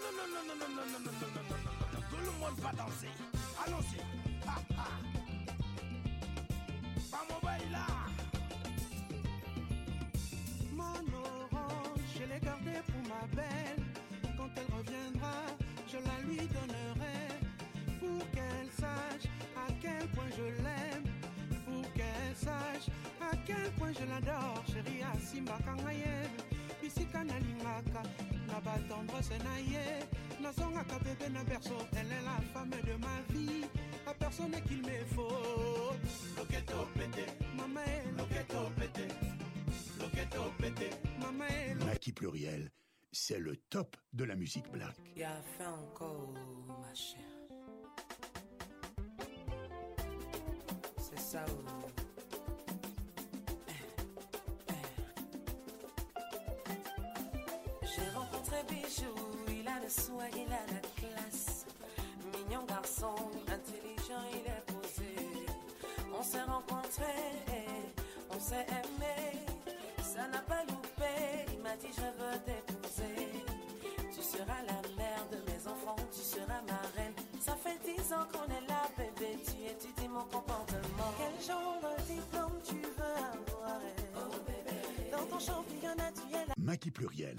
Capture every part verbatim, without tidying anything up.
non, non, non, non, non, non, non, non, non, non, non, non, tout le monde va danser. Allons-y. Ha, ha. Vamos bailar. Mon orange, je l'ai gardée pour ma belle. Quand elle reviendra, je la lui donnerai. Pour qu'elle sache à quel point je l'aime. Pour qu'elle sache à quel point je l'adore. Chérie, Asimba Kangaye. Bisika na lingaka, na batendre se naye. Na zongaka bébé na berceau, elle est la femme de ma vie. La personne qu'il me faut. Loqueto pété, Maman est loqueto pété, loqueto pété. Maman est Maki Pluriel, c'est le top de la musique black. Y'a fait encore, ma chère. C'est ça où. J'ai rencontré Bijou, il a le soin, il a la classe. Mignon garçon, intelligent, il est posé. On s'est rencontrés, on s'est aimé. Ça n'a pas loupé, il m'a dit je veux t'épouser. Tu seras la mère de mes enfants, tu seras ma reine. Ça fait dix ans qu'on est là, bébé, tu étudies mon comportement. Quel genre de diplôme tu veux avoir? Oh bébé, dans ton championnat tu es là. Maki Pluriel.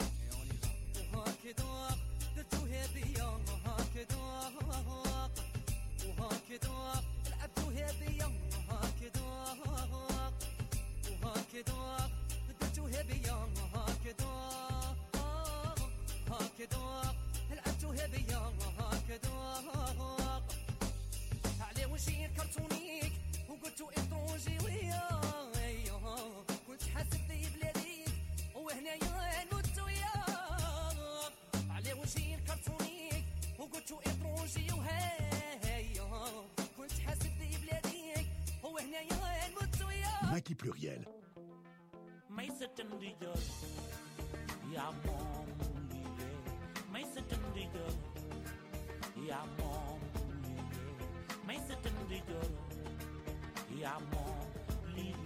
عليه وشي كرتونيك وقلت اطونجي وياه كنت حاسب لي بلاديك وهنايا نموت وياه عليه وشي كرتونيك وقلت اطونجي وهايا كنت حاسب لي بلاديك وهنايا نموت وياه Maki Pluriel. may sa tëndijoor yaa moom lii may sa tëndijoor yaa moom lii may sa tëndijoor yaa moom lii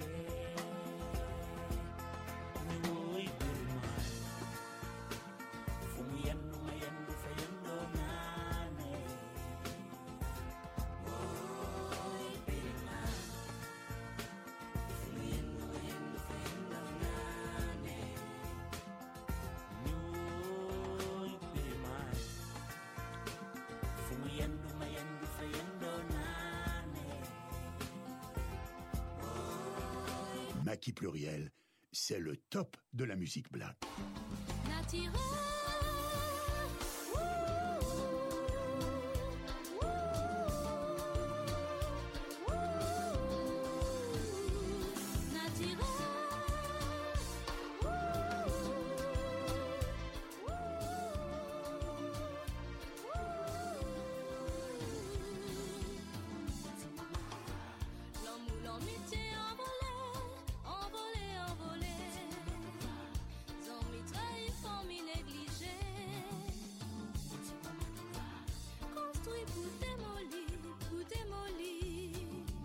ni woy birmaan fu mu yendu ma yendu fa yendoo naane woy birmaan fu mu yendu ma yendu fa yendoo naane ni woy birmaan fu mu yendu ma yendu fa yendoo naane Maki Pluriel, c'est le top de la musique black. Naturel. L'amour, l'amitié envolé, envolé, envolé. Zombi trahi, famille négligée. Construit pour démolir, pour démolir.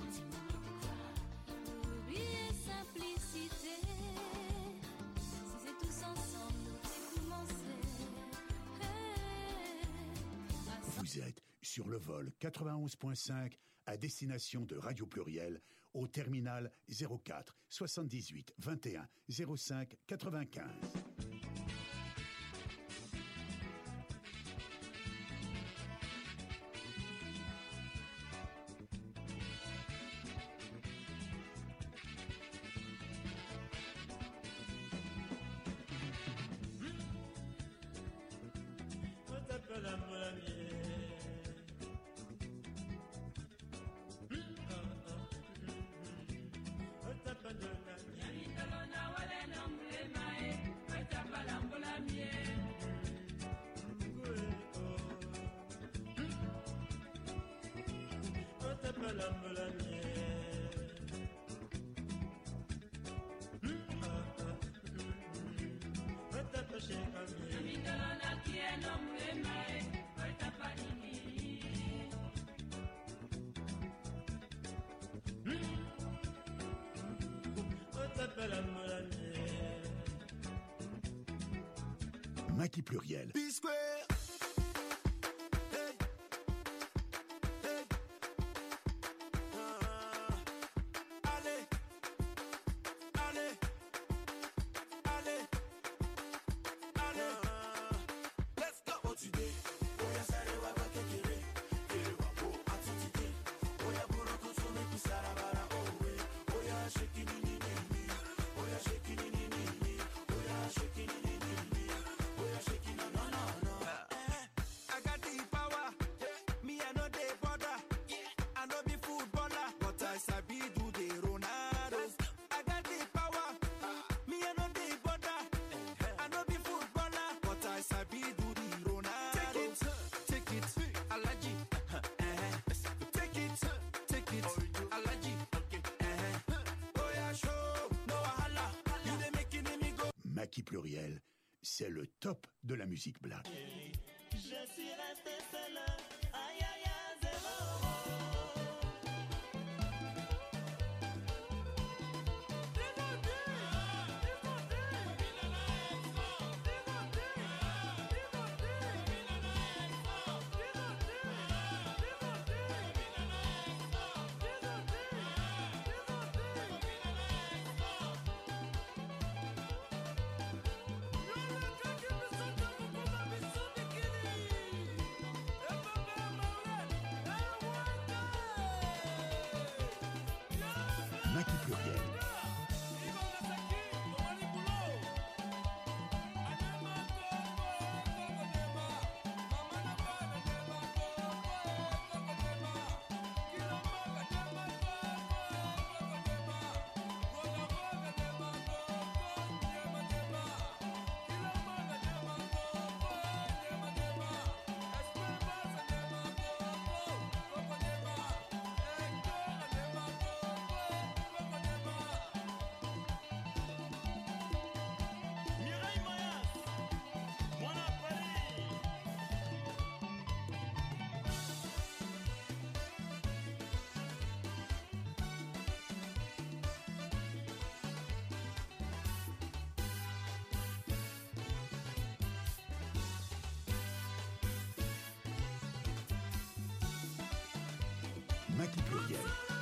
Oublier simplicité. Si c'est tous ensemble, nous c'est commencé. Hey. Vous êtes sur le vol quatre-vingt-onze point cinq à destination de Radio Pluriel au terminal zéro quatre soixante-dix-huit vingt et un zéro cinq quatre-vingt-quinze. On t'appelle un peu la mienne. On t'appelle de la mienne. On t'appelle un peu la mienne. On t'appelle chez la mienne. On t'appelle un peu la mienne. Maki Pluriel. P-Square. Maki Pluriel, c'est le top de la musique black. Je suis resté seul, aïe aïe aïe, zéro. Maki Pluriel. Maki Pluriel.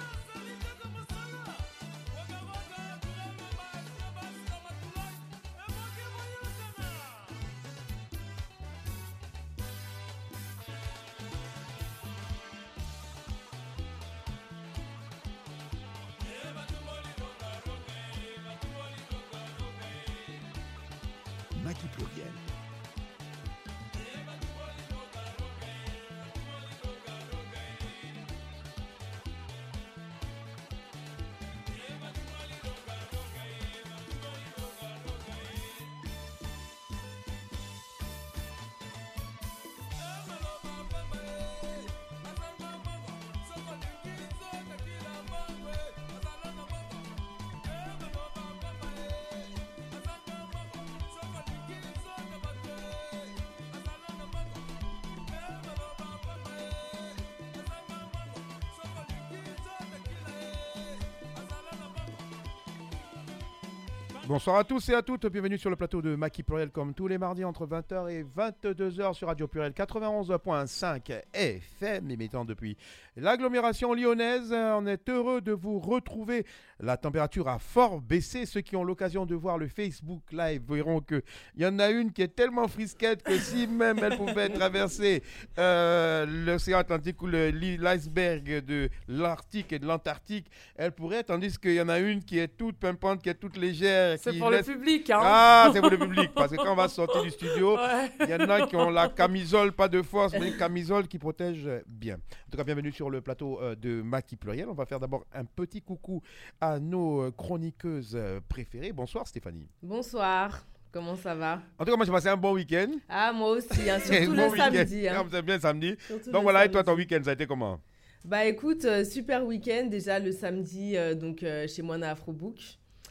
Maki Pluriel. Bonsoir à tous et à toutes, bienvenue sur le plateau de Maki Pluriel comme tous les mardis entre vingt heures et vingt-deux heures sur Radio Pluriel quatre-vingt-onze point cinq F M, émettant depuis l'agglomération lyonnaise. On est heureux de vous retrouver. La température a fort baissé. Ceux qui ont l'occasion de voir le Facebook Live verront qu'il y en a une qui est tellement frisquette que si même elle pouvait traverser euh, l'océan Atlantique ou le, l'iceberg de l'Arctique et de l'Antarctique, elle pourrait, tandis qu'il y en a une qui est toute pimpante, qui est toute légère. C'est qui pour laisse... le public, hein. Ah, c'est pour le public, parce que quand on va sortir du studio, il Ouais. y en a qui ont la camisole, pas de force, mais une camisole qui protège bien. En tout cas, bienvenue sur le plateau euh, de Maki Pluriel. On va faire d'abord un petit coucou à nos euh, chroniqueuses euh, préférées. Bonsoir Stéphanie. Bonsoir, comment ça va? En tout cas, moi j'ai passé un bon week-end. Ah, moi aussi, hein, Un surtout bon le week-end. samedi. Hein. Ah, vous êtes bien le samedi. Surtout Donc le voilà, et toi, ton samedi. week-end, ça a été comment? Bah écoute, euh, super week-end déjà le samedi euh, donc euh, chez Moana Afrobook.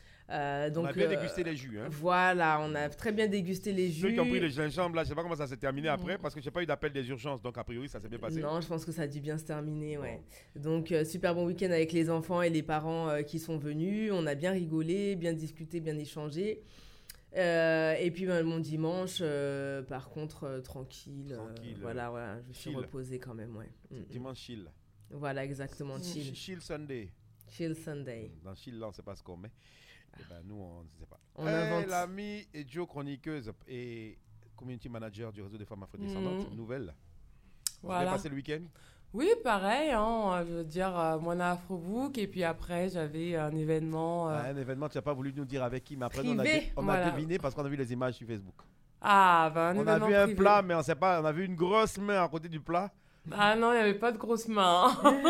Euh, donc, On a bien euh, dégusté les jus. Hein. Voilà, on a très bien dégusté les jus. Ceux qui ont pris le gingembre, là, je sais pas comment ça s'est terminé après, parce que j'ai pas eu d'appel des urgences, donc a priori, ça s'est bien passé. Non, je pense que ça a dû bien se terminer, ouais. Donc, euh, super bon week-end avec les enfants et les parents euh, qui sont venus. On a bien rigolé, bien discuté, bien échangé. Euh, et puis, ben, mon dimanche, euh, par contre, euh, tranquille. Tranquille, euh, voilà, voilà, je me suis chill. reposée quand même, ouais. Mm, mm. Dimanche chill. Voilà, exactement, chill. Chill Sunday. Chill Sunday. Dans chill, là, on sait pas ce qu'on met. Eh ben, nous, on ne sait pas. On hey, invente. L'ami et Joe, chroniqueuse et community manager du réseau des femmes afrodescendantes, Mhm. nouvelle. Vous Voilà. avez passé le week-end? Oui, pareil, hein, je veux dire, euh, Moana Afrobook, et puis après, j'avais un événement... euh, Ah, un événement, tu n'as pas voulu nous dire avec qui, mais après, nous, on, a, Privé, dé- on voilà. a deviné parce qu'on a vu les images sur Facebook. Ah, ben un On a événement vu un privé. plat, mais on sait pas, on a vu une grosse main à côté du plat. Ah non, il n'y avait pas de grosses mains.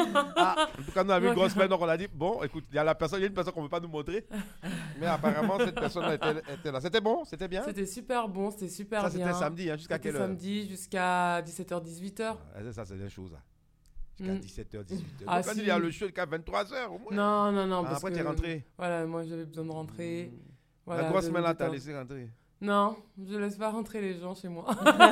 Ah, en tout cas, nous on a vu une Donc- grosse main, donc on a dit, bon, écoute, il y a la personne, il y a une personne qu'on ne veut pas nous montrer. Mais apparemment, cette personne était, était là. C'était bon? C'était bien? C'était super bon, c'était super Ça, bien. c'était samedi, hein, jusqu'à C'était quelle heure? samedi jusqu'à dix-sept heures, dix-huit heures. Ah, ça, c'est des choses. Jusqu'à Mm. dix-sept heures, dix-huit heures. Ah, Donc, quand si. il y a le show jusqu'à vingt-trois heures au moins. Non, non, non. Ah, parce après, que, tu es rentré. Voilà, moi j'avais besoin de rentrer. Mm. Voilà, la grosse de- main là, de t'as temps. laissé rentrer. Non, je laisse pas rentrer les gens chez moi.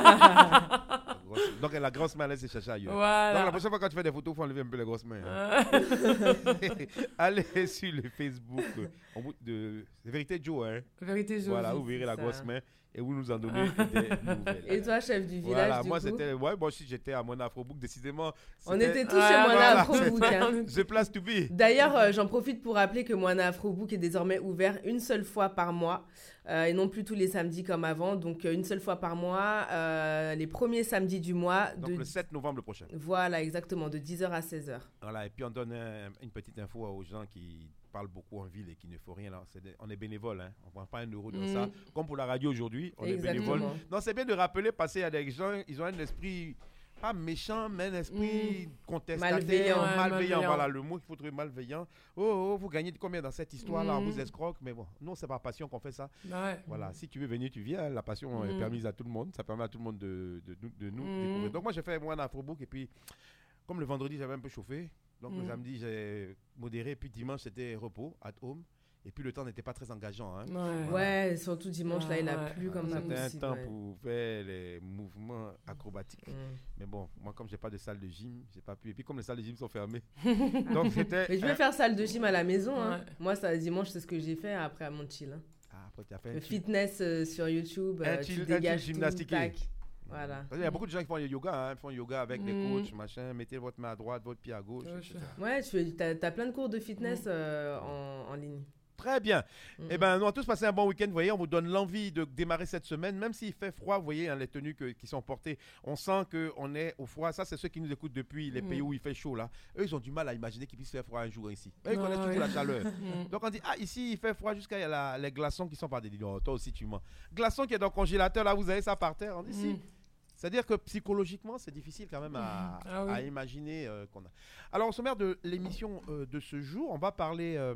Donc la grosse main, laisse chercher ailleurs. Voilà. Donc la prochaine fois quand tu fais des photos, il faut enlever un peu les grosses mains. Euh. Hein. Allez sur le Facebook euh, de Vérité Joe. Hein. Vérité Joe. Voilà, vous verrez la ça. grosse main et vous nous en donnez des nouvelles. Et toi, chef du village, Voilà, du moi coup c'était, ouais, moi aussi j'étais à Mona Afrobook, décidément. On c'était- était tous Ah, chez Moana voilà, Afrobook. hein. The place to be. D'ailleurs, euh, j'en profite pour rappeler que Moana Afrobook est désormais ouvert une seule fois par mois euh, et non plus tous les samedis comme avant. Donc, euh, une seule fois par mois, euh, les premiers samedis du mois. Donc de... le sept novembre prochain. Voilà, exactement, de dix heures à seize heures. Voilà, et puis on donne un- une petite info aux gens qui parlent beaucoup en ville et qui ne font rien. Là. C'est des- on est bénévole, hein. On ne prend pas un euro dans Mm. ça. Comme pour la radio aujourd'hui, on est Exactement. bénévole. Non, c'est bien de rappeler, parce qu'il y a des gens, ils ont un esprit pas méchant, mais un esprit contestataire, Malveillant. Ouais, malveillant. malveillant. Voilà le mot qu'il faut trouver, malveillant. Oh, oh, vous gagnez de combien dans cette histoire-là? On Mm. vous escroque, mais bon, non, c'est par passion qu'on fait ça. Ouais. Voilà, si tu veux venir, tu viens. La passion est Mm. permise à tout le monde. Ça permet à tout le monde de, de, nous- de nous Mm. découvrir. Donc moi, j'ai fait moi un Afrobook et puis, comme le vendredi, j'avais un peu chauffé. Donc le Mm. samedi, j'ai modéré. Puis dimanche, c'était repos, at home. Et puis le temps n'était pas très engageant. Hein. Ouais. Ouais, surtout dimanche, là, il a Ouais, plu ouais. comme pas C'était un possible. temps ouais. pour faire les mouvements acrobatiques. Mm. Mais bon, moi, comme j'ai pas de salle de gym, j'ai pas pu. Et puis comme les salles de gym sont fermées, donc c'était. Mais je vais un- faire salle de gym à la maison. hein. Ouais. Moi, ça, dimanche, c'est ce que j'ai fait après à mon chill. hein. Ah, après, tu as fait un Le chill. fitness euh, sur YouTube, Un euh, chill- tu un chill dégages tout, gymnastiqué. tac. Voilà. Il y a beaucoup de gens qui font le yoga, hein, ils font yoga avec des Mm. coachs, machin. Mettez votre main à droite, votre pied à gauche. Ouais, et cetera. Ouais, tu fais, t'as, t'as plein de cours de fitness euh, en, en ligne. Très bien. Mm. Eh ben, nous on tous passé un bon week-end. Vous voyez, on vous donne l'envie de démarrer cette semaine, même s'il fait froid. Vous voyez, hein, les tenues que- qui sont portées, on sent qu'on est au froid. Ça, c'est ceux qui nous écoutent depuis les Mm. pays où il fait chaud là. Eux, ils ont du mal à imaginer qu'il puisse faire froid un jour ici. Eux, ils Ah, connaissent toujours ouais. la chaleur. Mm. Donc on dit, ah, ici, il fait froid jusqu'à la- les glaçons qui sont par des oh, toi aussi, tu mens. Glaçons qui est dans le congélateur, là, vous avez ça par terre. On dit, si. Mm. C'est-à-dire que psychologiquement, c'est difficile quand même à, Ah oui. à imaginer euh, qu'on a. Alors, au sommaire de l'émission euh, de ce jour, on va parler, euh,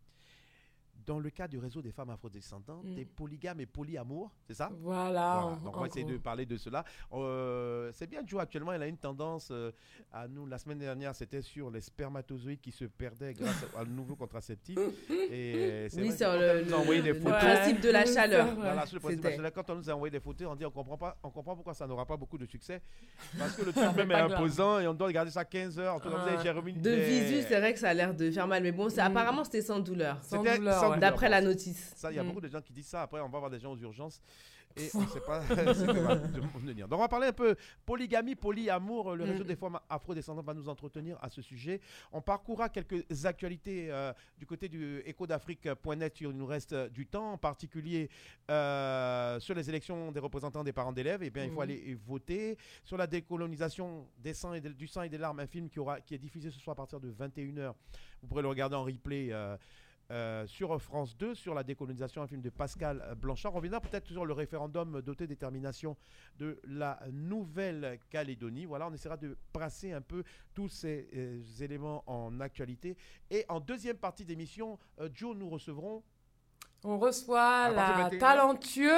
dans le cas du réseau des femmes afrodescendantes, Mm. des polygames et polyamours, c'est ça? Voilà. Voilà. en- Donc, on en va essayer gros. de parler de cela. Euh, c'est bien, Joe, actuellement, il a une tendance euh, à nous. La semaine dernière, c'était sur les spermatozoïdes qui se perdaient grâce à un nouveau contraceptif. Et euh, c'est Oui, vrai c'est que quand le, elle nous a envoyé des le photos. principe de la Ouais. chaleur. Ouais. Voilà, sur le principe de la C'était- chaleur, quand on nous a envoyé des photos, on dit on comprend pas, on comprend pourquoi ça n'aura pas beaucoup de succès. Parce que le truc même est pas grave. imposant et on doit regarder ça quinze heures. En tout cas, vous avez Ouais. Jérémy- De les- visu, c'est vrai que ça a l'air de faire mal. Mais bon, c'est, Mm. apparemment, c'était sans douleur. Sans C'était douleur, sans ouais. douleur. D'après la Bon, notice. Ça, il y a Mm. beaucoup de gens qui disent ça. Après, on va voir des gens aux urgences. Et on ne sait pas ce que va devenir. Donc, on va parler un peu polygamie, polyamour. Le réseau Mm. des femmes afrodescendantes va nous entretenir à ce sujet. On parcourra quelques actualités euh, du côté du écho d'Afrique point net. Il nous reste euh, du temps, en particulier euh, sur les élections des représentants des parents d'élèves. Eh bien, il faut Mhm. aller voter. Sur la décolonisation des sangs et de- du sang et des larmes, un film qui, aura, qui est diffusé ce soir à partir de vingt et une heures. Vous pourrez le regarder en replay. Euh, Euh, sur France deux, sur la décolonisation, un film de Pascal Blanchard. On reviendra peut-être sur le référendum d'autodétermination de la Nouvelle-Calédonie. Voilà, on essaiera de brasser un peu tous ces euh, éléments en actualité. Et en deuxième partie d'émission, euh, Joe, nous recevrons... On reçoit À partir de la vingt et une talentueuse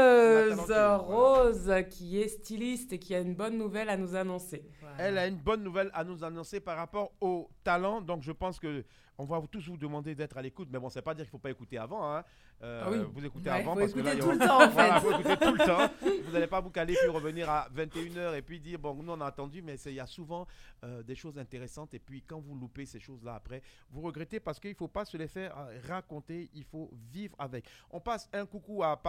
La talentueuse, Rose qui est styliste et qui a une bonne nouvelle à nous annoncer. Elle a une bonne nouvelle à nous annoncer par rapport au talent. Donc, je pense que on va vous- tous vous demander d'être à l'écoute. Mais bon, ça ne veut pas dire qu'il ne faut pas écouter avant. Hein. Euh, Ah oui. Vous écoutez Ouais, avant. faut parce que là, écouter il y tout aura- le temps, en Voilà, fait. faut écouter tout le temps. Vous n'allez pas vous caler puis revenir à vingt et une heures et puis dire, bon, nous, on a entendu, mais c'est- il y a souvent euh, des choses intéressantes. Et puis, quand vous loupez ces choses-là après, vous regrettez parce qu'il ne faut pas se les faire euh, raconter. Il faut vivre avec. On passe un coucou à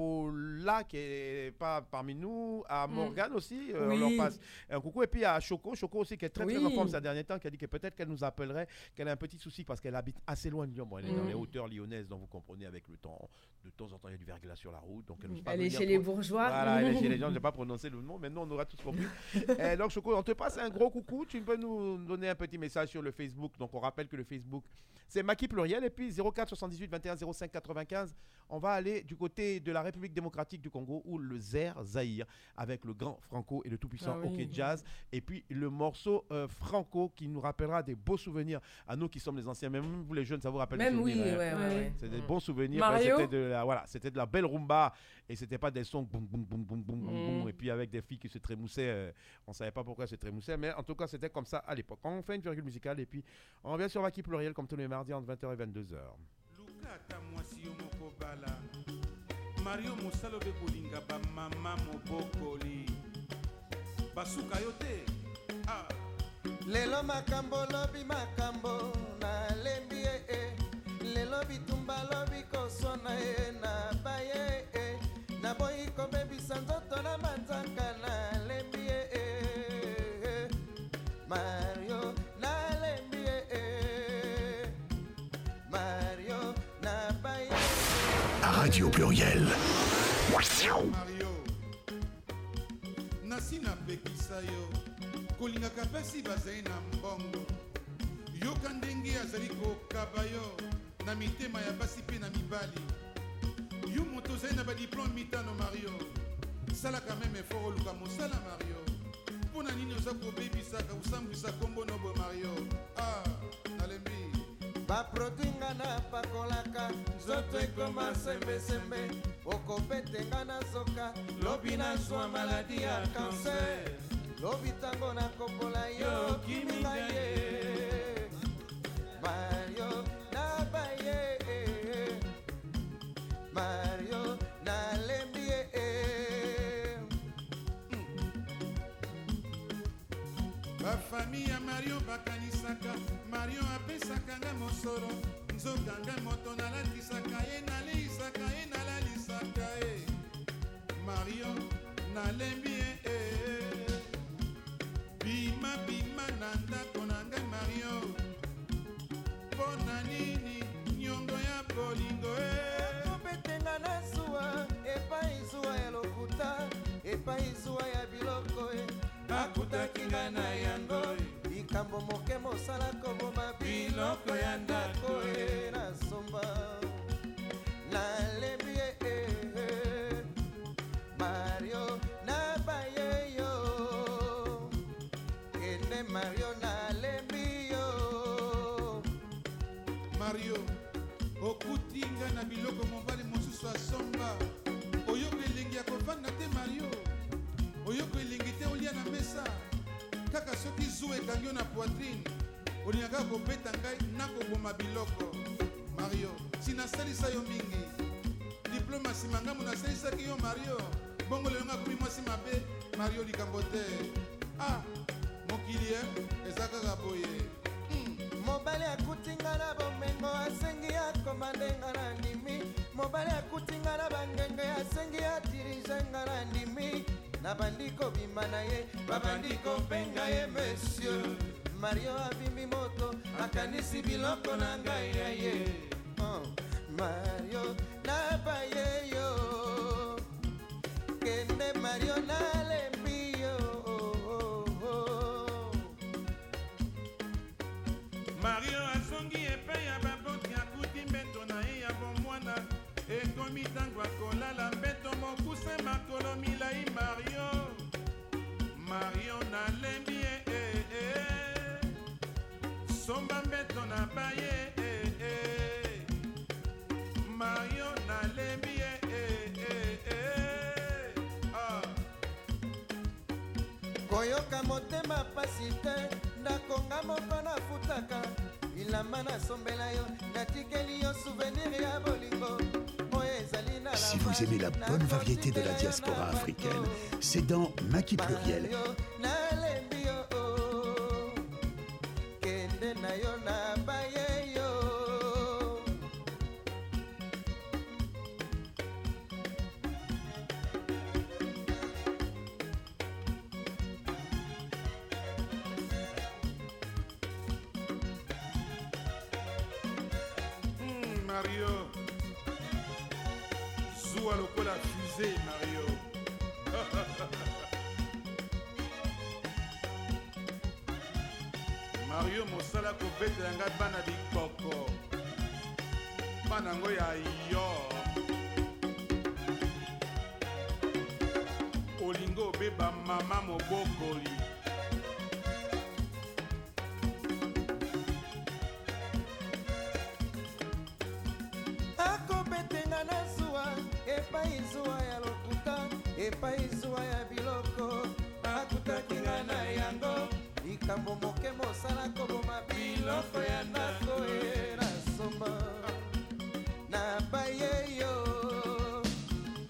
Paola, qui est pas parmi nous, à Morgane aussi. euh, Oui. On leur passe un coucou. Et puis à Choco, Choco aussi qui est très très Oui. en forme ces derniers temps, qui a dit que peut-être qu'elle nous appellerait, qu'elle a un petit souci parce qu'elle habite assez loin de Lyon. Bon, elle est dans Mm. les hauteurs lyonnaises, donc vous comprenez avec le temps. De temps en temps, il y a du verglas sur la route, donc elle nous Elle est chez les bourgeois. Voilà, elle est chez les gens. Je n'ai pas prononcé le nom, mais non, on aura tous compris. Et donc Choco, on te passe un gros coucou. Tu peux nous donner un petit message sur le Facebook. Donc on rappelle que le Facebook, c'est Maki Pluriel et puis zéro quatre soixante-dix-huit vingt et un zéro cinq quatre-vingt-quinze. On va aller du côté de la République démocratique du Congo ou le Zer Zaïre avec le grand Franco et le tout-puissant Ah oui. OK Jazz. Et puis le morceau euh, Franco qui nous rappellera des beaux souvenirs à nous qui sommes les anciens. Même vous les jeunes, ça vous rappelle Même des oui, souvenirs, ouais, hein. ouais, Ouais. ouais. C'est des Mm. bons souvenirs. Mario? C'était de la, voilà, c'était de la belle rumba et c'était pas des sons boum boum boum boum boum boum Mm. boum et puis avec des filles qui se trémoussaient. euh, on savait pas pourquoi elles se trémoussaient, mais en tout cas c'était comme ça à l'époque. On fait une virgule musicale et puis on revient sur Maki Pluriel comme tous les mardis entre vingt heures et vingt-deux heures. Lukata mwasi yo moko bala Mario mosala obe kolinga bamama mobokoli basuka yo te. Ah. Lelo makambo lobi makambo na lembi e e. Lelo bitumba lobi kosona e na baye e. Na boyi kobebisa nzoto na manzaka na lembi e e. Mario na lembi e e. Mario na baye e. Radio Pluriel. Mario nasi napekisa yo kolingaka mpasi bazali na mbongo yoka ndenge azali kokaba yo na mitema ya basi mpe na mibali yo moto ozali na badiplome mitano Mario salaka meme effort oluka mosala Mario mpo na nini oza kobebisaka kosambwisa nkombo nobo Mario. Ah, nalembi baproduit nga napakolaka nzoto ekoma sembesembe okopete nga na zoka lobi nazwa maladi ya kanser lobi ntango nakopola yo kiminga ye Mario nabaye Mario nalembi ye bafami ya Mario bakanisaka Mario apesaka nga mosolo nzoka nga moto nalatisaka ye naleisaka ye nalalisaka ye Mario nalembi ye bima bima na ndako na ngai Mario mpo na nini nyongo ya bolingo e kobetenga na zuwa epai zuwa ya lokuta epai zuwa ya biloko e akutaki nga na yango likambo moke mosala koboma biloko ya ndako e nasomba nalembi e Mario nabaye yo kende Mario nalembi yo Mario okuti nga na biloko mobali mosusu asomba oyoka elengi ya kovanda te Mario oyoka elengi te olia na mesa kaka soki zuwa ekangi yo na poitrine olingaka kobeta ngai nakoboma biloko Mario sinasalisa yo mingi diplome asima ngambo nasalisaki yo Mario bongo lelo nga komi mwasi mabe Mario likambo te. Ah, mokili e eza kaka boye mobali akutinga na bomengo asengi akoma ndenga na ndimi mobali akutinga na bangenge asengi adirige nga na ndimi na bandiko bima na ye babandiko mpenga ye monsieur Mario abimbi moto akanisi biloko na ngai ya ye oh, Mario nabaye yo kende Mario nalembi yo oh, oh, oh. Mario asongi epai ya baboti akuti mbeto na ye ya bomwana ekomi ntango akolala mbeto mokuse makolo milai Mario Mario nalembi ye eh, eh. somba mbeto na baye eh, eh. Mario nalembi ye eh, eh, eh. Ah. koyoka motema pasi te ndakonga moko nafutaka bilamba nasombela yo natikeli yo souvenir ya bolingo oyo ezali na Si vous aimez la bonne variété de la diaspora africaine, c'est dans Maki Pluriel. nalembi yo oh, kende na yo nabaye yo Hmm, Mario zuwa lokola fusée Mario Mario mosala kobetela ngai bana bikoko bana yango ya yo olingo obeba mama mobokoli akobetenga na zuwa epai zuwa ya lokuta epai zuwa ya biloko akutaki nga na yango likambo moke mosala koboma biloko ya ndako e nasomba nabaye yo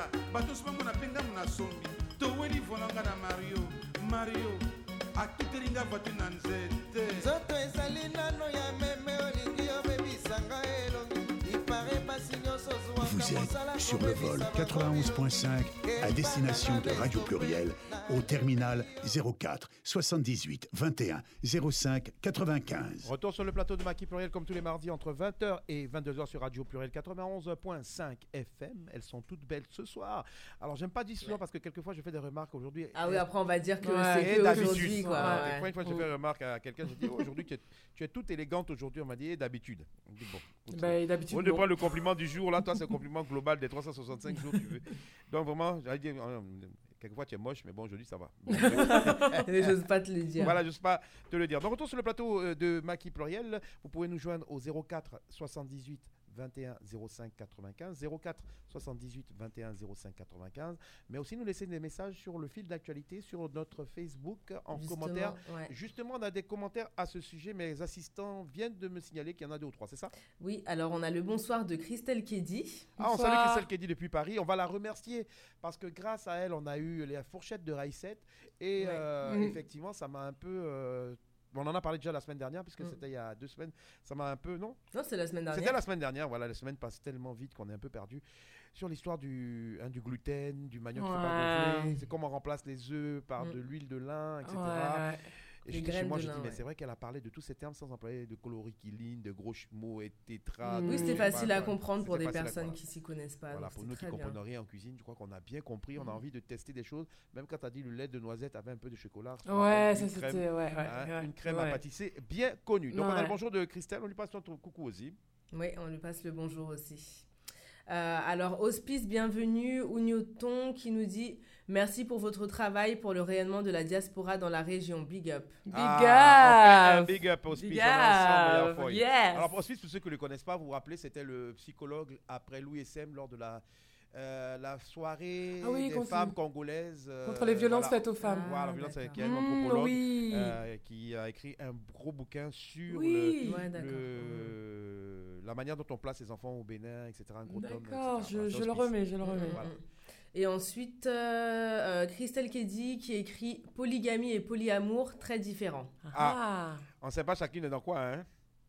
mpenza bato so bamona mpe ngambu na sombi toweli volanga na mario mario atutelinga voiture na nzete nzoto ezali nano ya meme olingi obebisanga elongi ipare basi nyonso Vous êtes sur le vol quatre-vingt-onze point cinq à destination de Radio Pluriel au terminal zéro quatre soixante-dix-huit vingt et un zéro cinq quatre-vingt-quinze. Retour sur le plateau de Maki Pluriel comme tous les mardis entre vingt heures et vingt-deux heures sur Radio Pluriel quatre-vingt-onze point cinq F M. Elles sont toutes belles ce soir. Alors j'aime pas dire ce soir parce que quelquefois je fais des remarques aujourd'hui. Ah oui, après on va dire que Ouais. c'est Et que d'habitude. aujourd'hui quoi. Ouais. Ouais. Des fois, une fois, je Mm. fais une remarque à quelqu'un, je dis oh, aujourd'hui tu es, tu es toute élégante aujourd'hui. On m'a dit eh, d'habitude. On dit, bon, écoute, Ben, d'habitude, on ne non. prend le compliment du jour. Là, toi, c'est le compliment global des trois cent soixante-cinq jours. Tu veux. Donc vraiment, j'allais dire. euh, Quelquefois tu es moche, mais bon, aujourd'hui ça va. Mais j'ose pas te le dire. Voilà, j'ose pas te le dire. Donc, retour sur le plateau euh, de Maki Pluriel. Vous pouvez nous joindre au zéro quatre soixante-dix-huit vingt et un zéro cinq quatre-vingt-quinze, zéro quatre soixante-dix-huit vingt et un zéro cinq quatre-vingt-quinze, mais aussi nous laisser des messages sur le fil d'actualité sur notre Facebook en Justement, commentaire. ouais. Justement, on a des commentaires à ce sujet, mes assistants viennent de me signaler qu'il y en a deux ou trois, c'est ça? Oui, alors on a le bonsoir de Christelle Kédi. Ah, on salue Christelle Kédi depuis Paris. On va la remercier parce que grâce à elle, on a eu les fourchettes de Raïsette et Ouais. euh, Mhm. effectivement, ça m'a un peu. euh, on en a parlé déjà la semaine dernière puisque Mhm. c'était il y a deux semaines. Ça m'a un peu non? Non, c'est la semaine dernière. C'était la semaine dernière. Voilà, la semaine passe tellement vite qu'on est un peu perdu sur l'histoire du, hein, du gluten, du manioc qui ne faut pas Ouais. gonfler. C'est comment on remplace les œufs par Mhm. de l'huile de lin, et cetera. Ouais, ouais. Et Les j'étais chez graines moi, de j'ai lin, dit, mais ouais. c'est vrai qu'elle a parlé de tous ces termes sans employer de chloroquine, de gros mots et tétra. Mm. de Oui, je c'était sais pas facile à quoi. comprendre pour C'était des facile à personnes comprendre. qui s'y connaissent pas. Voilà, donc pour c'était nous qui très bien. comprenons rien en cuisine, je crois qu'on a bien compris. On a Mhm. envie de tester des choses. Même quand tu as dit le lait de noisette avait un peu de chocolat. je te Ouais, rappelle, ça une c'était. crème, Ouais, ouais, hein, ouais, une crème à ouais. pâtisser bien connue. Donc on a Ouais. le bonjour de Christelle. On lui passe notre coucou aussi. Oui, on lui passe le bonjour aussi. Euh, alors, Hospice, bienvenue. Ougnoton qui nous dit merci pour votre travail pour le rayonnement de la diaspora dans la région. Big up. Big Ah, on fait un up! big up Hospice. Big On est ensemble, up! meilleur foyer. Yes! Alors Hospice, pour ceux qui ne le connaissent pas, vous vous rappelez, c'était le psychologue après Louis S M lors de la, euh, la soirée Ah oui, des contre- femmes congolaises. euh, Contre les violences voilà. faites aux femmes. Voilà, la Ah, violence avec d'accord. elle, un Mmh, anthropologue oui. euh, qui a écrit un gros bouquin sur Oui. le- Ouais, d'accord. le- la manière dont on place les enfants au Bénin, et cetera. Un gros tome, D'accord, et cetera. je, Voilà, je c'est le Hospice. remets, je le remets. Voilà. Et ensuite, euh, euh, Christelle Kédi qui écrit polygamie et polyamour très différents. Ah! On ne sait pas chacune est dans quoi, hein?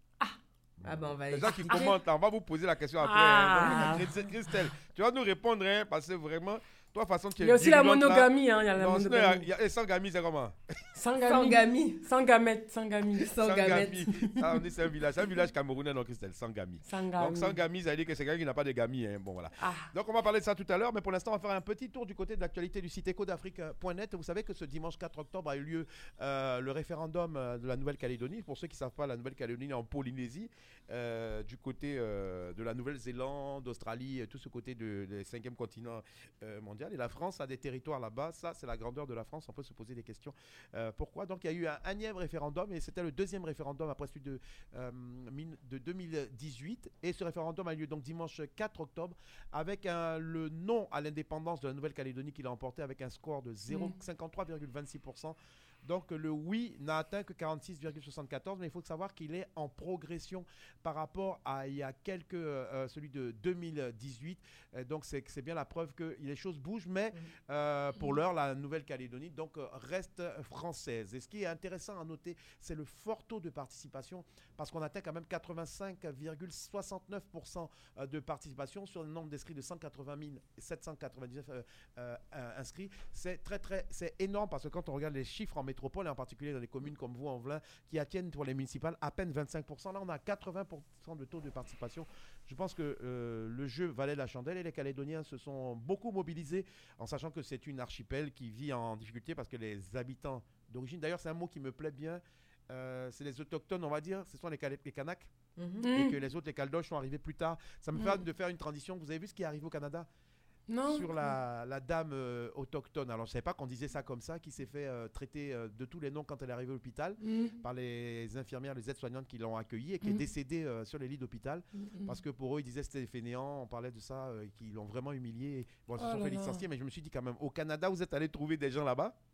Ah ben on va Les gens qui expliquer. commentent, là, on va vous poser la question après. Ah. hein. Donc, Christelle- Christelle, tu vas nous répondre, hein, parce que vraiment, toi, de toute façon, tu es Il y a aussi la virulente, là. monogamie, hein. Il y a la Non, sinon, il y a- monogamie. il y a- et sans gamie, c'est comment? Sans Sans gamie. gamie. Sans gamètes, sans gamie. Sans gamètes. gamie. Ah, on dit c'est un village. C'est un village camerounais, non, Christelle, sans gamie. Sans Donc, gamie. sans gamie, ça veut dire que c'est quelqu'un qui n'a pas de gamie. Hein. Bon, voilà. Ah. Donc, on va parler de ça tout à l'heure, mais pour l'instant, on va faire un petit tour du côté de l'actualité du site éco d'afrique point net. Vous savez que ce dimanche quatre octobre a eu lieu euh, le référendum euh, de la Nouvelle-Calédonie. Pour ceux qui ne savent pas, la Nouvelle-Calédonie est en Polynésie, euh, du côté euh, de la Nouvelle-Zélande, d'Australie, euh, tout ce côté du cinquième continent euh, mondial. Et la France a des territoires là-bas. Ça, c'est la grandeur de la France. On peut se poser des questions. Euh, pourquoi? Donc, il y a eu un énième référendum et c'était le deuxième référendum après celui de, euh, mine- de deux mille dix-huit. Et ce référendum a eu lieu donc dimanche quatre octobre avec un- le non à l'indépendance de la Nouvelle-Calédonie qu'il a emporté avec un score de zéro virgule cinquante-trois virgule vingt-six pour cent. Donc le oui n'a atteint que quarante-six virgule soixante-quatorze, mais il faut savoir qu'il est en progression par rapport à il y a quelques euh, celui de deux mille dix-huit. Euh, donc c'est c'est bien la preuve que les choses bougent, mais euh, pour l'heure la Nouvelle-Calédonie donc euh, reste française. Et ce qui est intéressant à noter, c'est le fort taux de participation parce qu'on atteint quand même quatre-vingt-cinq virgule soixante-neuf pour cent de participation sur le nombre d'inscrits de cent quatre-vingt mille sept cent quatre-vingt-dix-neuf euh, euh, inscrits. C'est très très c'est énorme parce que quand on regarde les chiffres en métropole et en particulier dans les communes comme vous en Velin qui atteignent pour les municipales à peine vingt-cinq pour cent, là on a quatre-vingts pour cent de taux de participation. Je pense que euh, le jeu valait la chandelle et les Calédoniens se sont beaucoup mobilisés en sachant que c'est une archipel qui vit en difficulté parce que les habitants d'origine, d'ailleurs c'est un mot qui me plaît bien, euh, c'est les autochtones on va dire, ce sont les, Cal- les Kanaks Mhm. et que les autres les Caldoches sont arrivés plus tard. Ça me Mm. fait de faire une transition. Vous avez vu ce qui est arrivé au Canada? Non. Sur la, la dame euh, autochtone. Alors, je ne savais pas qu'on disait ça comme ça, qui s'est fait euh, traiter euh, de tous les noms quand elle est arrivée à l'hôpital Mm. par les infirmières, les aides-soignantes qui l'ont accueillie et qui est Mm. décédée euh, sur les lits d'hôpital. Mm. Parce que pour eux, ils disaient que c'était des fainéants. On parlait de ça, euh, qu'ils l'ont vraiment humiliée. Bon, ils se Oh sont là fait là. licencier, mais je me suis dit quand même, au Canada, vous êtes allé trouver des gens là-bas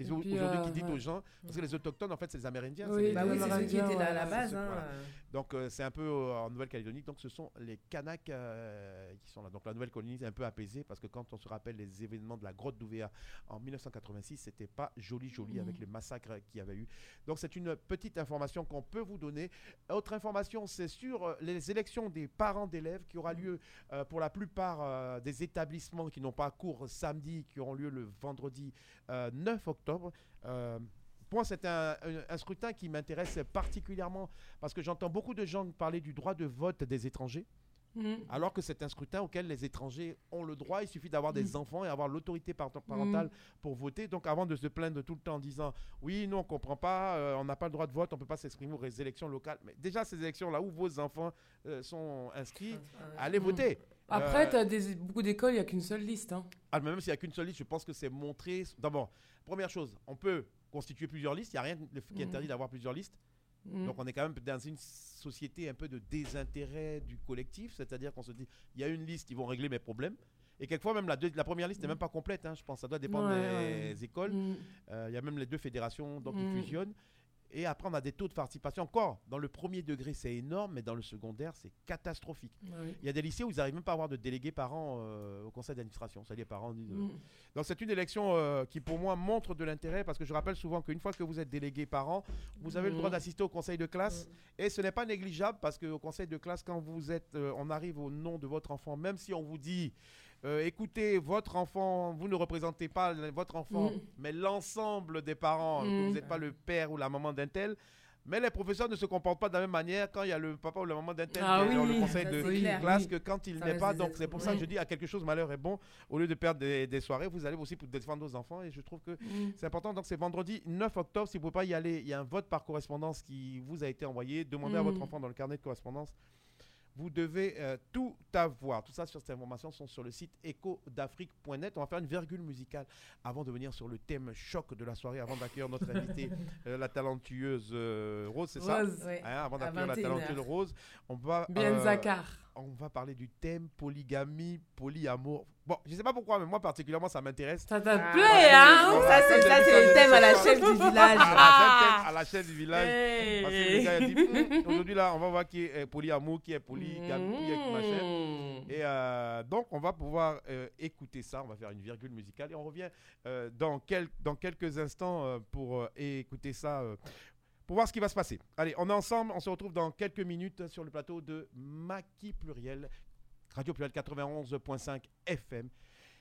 Et, Et au- puis, aujourd'hui, euh, qui dit ouais. aux gens, parce que les autochtones, en fait, c'est les Amérindiens. Oui, c'est les- Bah oui, les c'est ceux qui Amérindiens, étaient là à la ouais, base. c'est- Hein. voilà. Donc euh, c'est un peu euh, en Nouvelle-Calédonie, donc ce sont les Kanaks euh, qui sont là. Donc la Nouvelle-Calédonie est un peu apaisée parce que quand on se rappelle les événements de la grotte d'Ouvéa en mille neuf cent quatre-vingt-six, c'était pas joli joli Mhm. avec les massacres qu'il y avait eu. Donc c'est une petite information qu'on peut vous donner. Autre information, c'est sur euh, les élections des parents d'élèves qui aura lieu euh, pour la plupart euh, des établissements qui n'ont pas cours samedi, qui auront lieu le vendredi euh, neuf octobre. Euh, Pour moi, c'est un, un- un scrutin qui m'intéresse particulièrement parce que j'entends beaucoup de gens parler du droit de vote des étrangers, Mhm. alors que c'est un scrutin auquel les étrangers ont le droit. Il suffit d'avoir des Mhm. enfants et avoir l'autorité par- parentale pour voter. Donc, avant de se plaindre tout le temps en disant oui, nous, on ne comprend pas, euh, on n'a pas le droit de vote, on ne peut pas s'exprimer aux élections locales. Mais déjà, ces élections-là où vos enfants euh, sont inscrits, allez Mhm. voter. Après, Euh, tu as des, beaucoup d'écoles, il n'y a qu'une seule liste. Hein. ah, même s'il n'y a qu'une seule liste, je pense que c'est montré. D'abord, première chose, on peut constituer plusieurs listes. Il n'y a rien de- qui Mhm. interdit d'avoir plusieurs listes. Mhm. Donc on est quand même dans une société un peu de désintérêt du collectif, c'est-à-dire qu'on se dit, il y a une liste, ils vont régler mes problèmes. Et quelquefois même la, deux- la première liste n'est même pas complète, hein, je pense, ça doit dépendre Ouais, des ouais. écoles. Mhm. Euh, Il y a même les deux fédérations donc, Mm. qui fusionnent. Et après, on a des taux de participation. Encore, dans le premier degré, c'est énorme, mais dans le secondaire, c'est catastrophique. Ouais. Il y a des lycées où ils n'arrivent même pas à avoir de délégués parents euh, au conseil d'administration. C'est-à-dire les parents disent... euh, Mhm. donc c'est une élection euh, qui pour moi montre de l'intérêt parce que je rappelle souvent qu'une fois que vous êtes délégué parent, vous avez le droit Mhm. d'assister au conseil de classe et ce n'est pas négligeable parce qu'au conseil de classe, quand vous êtes, euh, on arrive au nom de votre enfant, même si on vous dit euh, écoutez, votre enfant, vous ne représentez pas le- votre enfant, Mhm. mais l'ensemble des parents, que Mhm. vous n'êtes pas le père ou la maman d'un tel. Mais les professeurs ne se comportent pas de la même manière quand il y a le papa ou la maman d'un tel Ah qui est dans oui, le conseil ça, de c'est clair. classe Oui. que quand il Ça n'est reste pas. des Donc êtres c'est pour ça que humains. je dis à quelque chose malheur est bon. Au lieu de perdre des, des soirées, vous allez aussi pour défendre vos enfants. Et je trouve que Mhm. c'est important. Donc c'est vendredi neuf octobre. Si vous ne pouvez pas y aller, il y a un vote par correspondance qui vous a été envoyé. Demandez à Mhm. votre enfant dans le carnet de correspondance. Vous devez euh, tout avoir. Tout ça sur ces informations sont sur le site écho d'afrique point net. On va faire une virgule musicale avant de venir sur le thème choc de la soirée, avant d'accueillir notre invitée, euh, la talentueuse euh, Rose, c'est ça Rose. Ouais. Hein, avant À d'accueillir la vingt et une talentueuse heures. Rose, on va, Bien euh, Zakar. on va parler du thème polygamie, polyamour. Bon, je sais pas pourquoi, mais moi particulièrement, ça m'intéresse. Ça te Ah, plaît, ouais, hein? Ça, c'est ça, c'est le thème à la chef du village. À la, à la chaîne du village. Hey. Parce que le gars il a dit, Hum, aujourd'hui là, on va voir qui est euh, polyamour, qui est polygamie, qui est machin. Mhm. Et euh, donc, on va pouvoir euh, écouter ça. On va faire une virgule musicale et on revient euh, dans, quel- dans quelques instants euh, pour euh, écouter ça, euh, pour voir ce qui va se passer. Allez, on est ensemble. On se retrouve dans quelques minutes sur le plateau de Maki Pluriel, Radio Pluriel quatre-vingt-onze point cinq F M.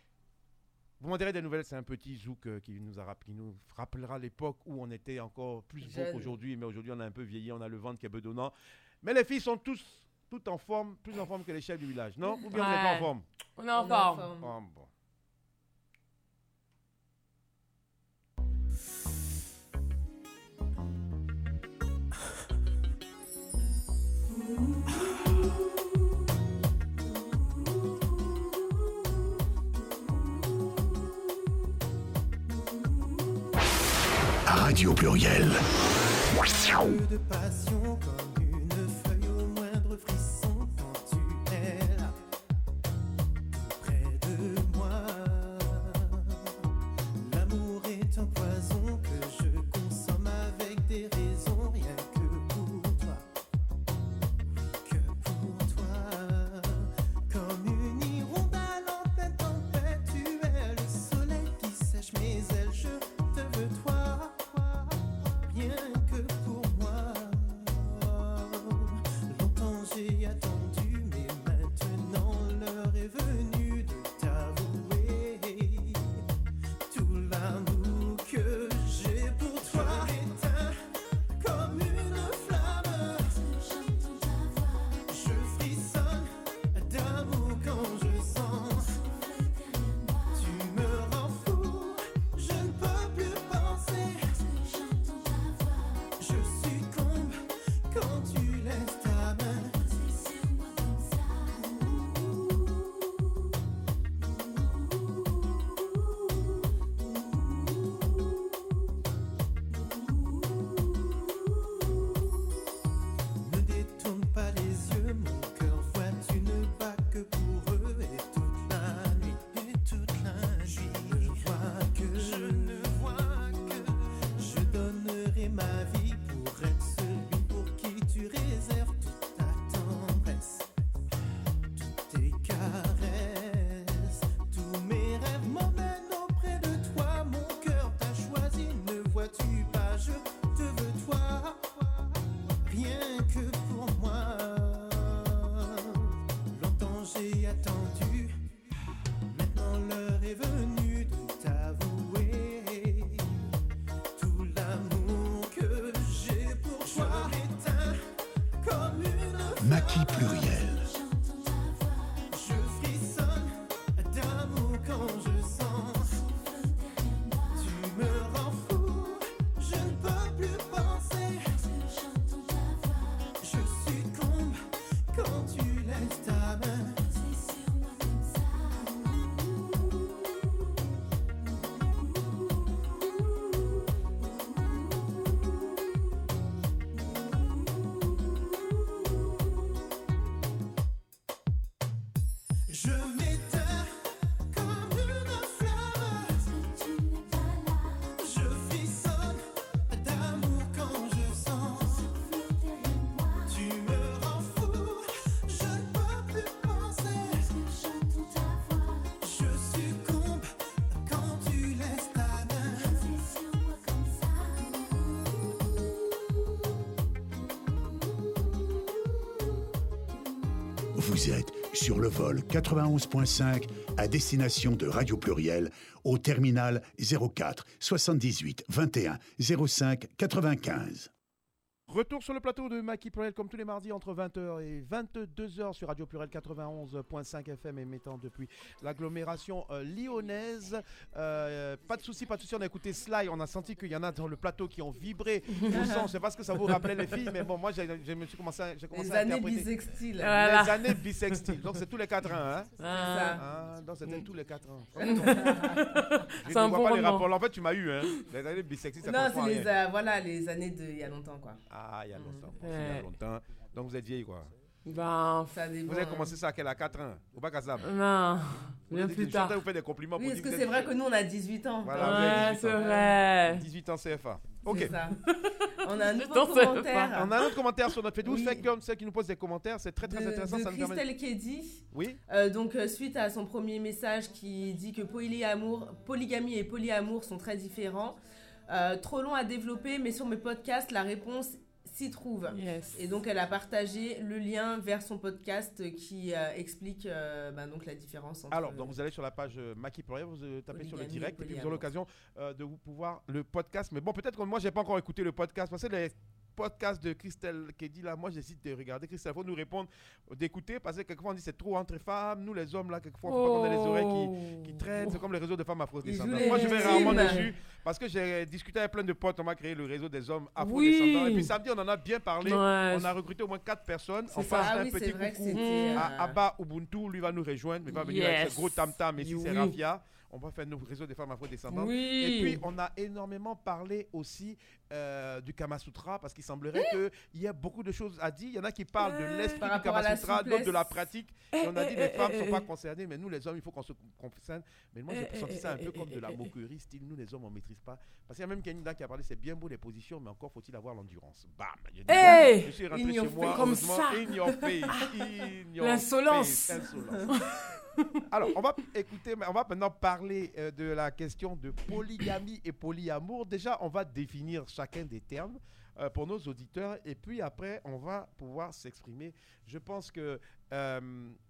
Vous m'en direz des nouvelles, c'est un petit zouk euh, qui nous, a, rapp- qui nous rappellera l'époque où on était encore plus beau Jeune. qu'aujourd'hui, mais aujourd'hui on a un peu vieilli, on a le ventre qui est bedonnant. Mais les filles sont tous toutes en forme, plus en forme que les chefs du village, non? Ou bien on n'est pas en Ouais. forme? On est en On est en forme. forme. Ah, bon. Radio Pluriel. Peu de passion comme une feuille au moindre frisson quand tu es là, près de moi. L'amour est un poison que je consomme avec des raisons, rien que pour toi, oui que pour toi. Comme une hirondelle en pleine tempête, tu es le soleil qui sèche mes ailes, je te veux toi. Rien que pour moi. Maquis Pluriel. Je frissonne d'amour quand je sens. Tu me rends fou, je ne peux plus penser. Je succombe quand tu laisses ta main. Je m'éteins comme une flamme. Je frissonne d'amour quand je sens. Tu me rends fou, je ne peux plus penser. Je succombe quand tu laisses ta main. Vous êtes sur le vol quatre-vingt-onze point cinq à destination de Radio Pluriel au terminal zéro quatre soixante-dix-huit vingt et un zéro cinq quatre-vingt-quinze. Retour sur le plateau de Maquis Pluriel comme tous les mardis entre vingt heures et vingt-deux heures sur Radio Pluriel quatre-vingt-onze point cinq F M émettant depuis l'agglomération euh, lyonnaise. Euh, pas de souci, pas de souci, on a écouté Sly, on a senti qu'il y en a dans le plateau qui ont vibré au son. Je sais pas ce que ça vous rappelait les filles, mais bon, moi j'ai, je me suis commencé à, j'ai commencé Les à années interpréter. bisextiles. Voilà. Les années bisextiles. Donc c'est tous les quatre ans, hein. Ah. Ah, donc c'était tous les quatre ans. C'est Je ne un vois bon pas les rendement. rapports. En fait, tu m'as eu, hein. Les années bisexuelles, ça Non, correspond à c'est les, rien. euh, voilà, les années de il y a longtemps, quoi. Ah, il y a longtemps. Ouais. Il y a longtemps. Donc vous êtes vieille, quoi. Ben, Ça dépend, Vous avez hein. commencé ça à quelle, à quatre ans ou pas qu'à ça? non, bien Vous plus dites- tard. Vous faites des compliments Oui, pour parce dire que vous c'est êtes vrai vieux. que nous, on a dix-huit ans. Voilà, vous Ouais, avez c'est dix-huit ans. vrai. dix-huit ans C F A. Ok. C'est ça. On a un nouveau Dans ce- commentaire. On a un autre commentaire sur notre Facebook. Oui. Faites comme ceux qui nous posent des commentaires. C'est très très de, intéressant. de Ça nous permet... Christelle Keddy. Oui. Euh, donc euh, suite à son premier message qui dit que polyamour, polygamie et polyamour sont très différents. Euh, trop long à développer, mais sur mes podcasts, la réponse s'y trouve. Yes. Et donc elle a partagé le lien vers son podcast qui euh, explique euh, ben, donc la différence entre... Alors, donc vous allez sur la page euh, Maquis Pluriel, vous euh, tapez sur le Polygamie direct et et puis vous aurez polyamour. l'occasion euh, de vous pouvoir le podcast. Mais bon, peut-être que moi, j'ai pas encore écouté le podcast parce que les podcasts de Christelle Keddy là, moi j'hésite de regarder. Christelle, faut nous répondre, euh, d'écouter parce que quelquefois on dit c'est trop entre femmes. Nous les hommes là, quelquefois, faut pas qu'on ait les oreilles qui, qui traînent. C'est comme les réseaux de femmes afro-descendantes. Ils jouent Moi les je vais victimes. rarement dessus parce que j'ai discuté avec plein de potes. On m'a créé le réseau des hommes afro-descendants. Oui. Et puis samedi, on en a bien parlé. Ouais, on a recruté au moins quatre personnes. C'est On ça. passe Ah un oui, c'est petit vrai que coucou c'était... à euh, Abba Ubuntu. Lui va nous rejoindre. Il va venir avec Yes. ses gros tam-tam. Et si c'est Oui. Rafia, on va faire nos réseaux des femmes afro-descendantes. Oui. Et puis, on a énormément parlé aussi euh, du Kama Sutra parce qu'il semblerait qu'il y a beaucoup de choses à dire. Il y en a qui parlent de Euh, l'esprit Par du rapport à Kama la Sutra, d'autres de souplesse. la pratique. Et on a dit Eh, les eh, femmes eh, ne sont eh, pas eh. concernées, mais nous les hommes, il faut qu'on se concerne. Mais moi, Eh, j'ai eh, senti eh, ça un eh, peu eh, comme de eh, la eh, eh. moquerie, style nous les hommes, on ne maîtrise pas. Parce qu'il y a même Kenny qui a parlé, c'est bien beau les positions, mais encore faut-il avoir l'endurance. Bam! Je, dis, Hey! je suis rentré In chez your moi, face. Comme heureusement, ça. in your face, in your L'insolence. face, insolence. Alors, on va écouter, on va maintenant parler euh, de la question de polygamie et polyamour. Déjà, on va définir chacun des termes euh, pour nos auditeurs et puis après, on va pouvoir s'exprimer. Je pense que euh,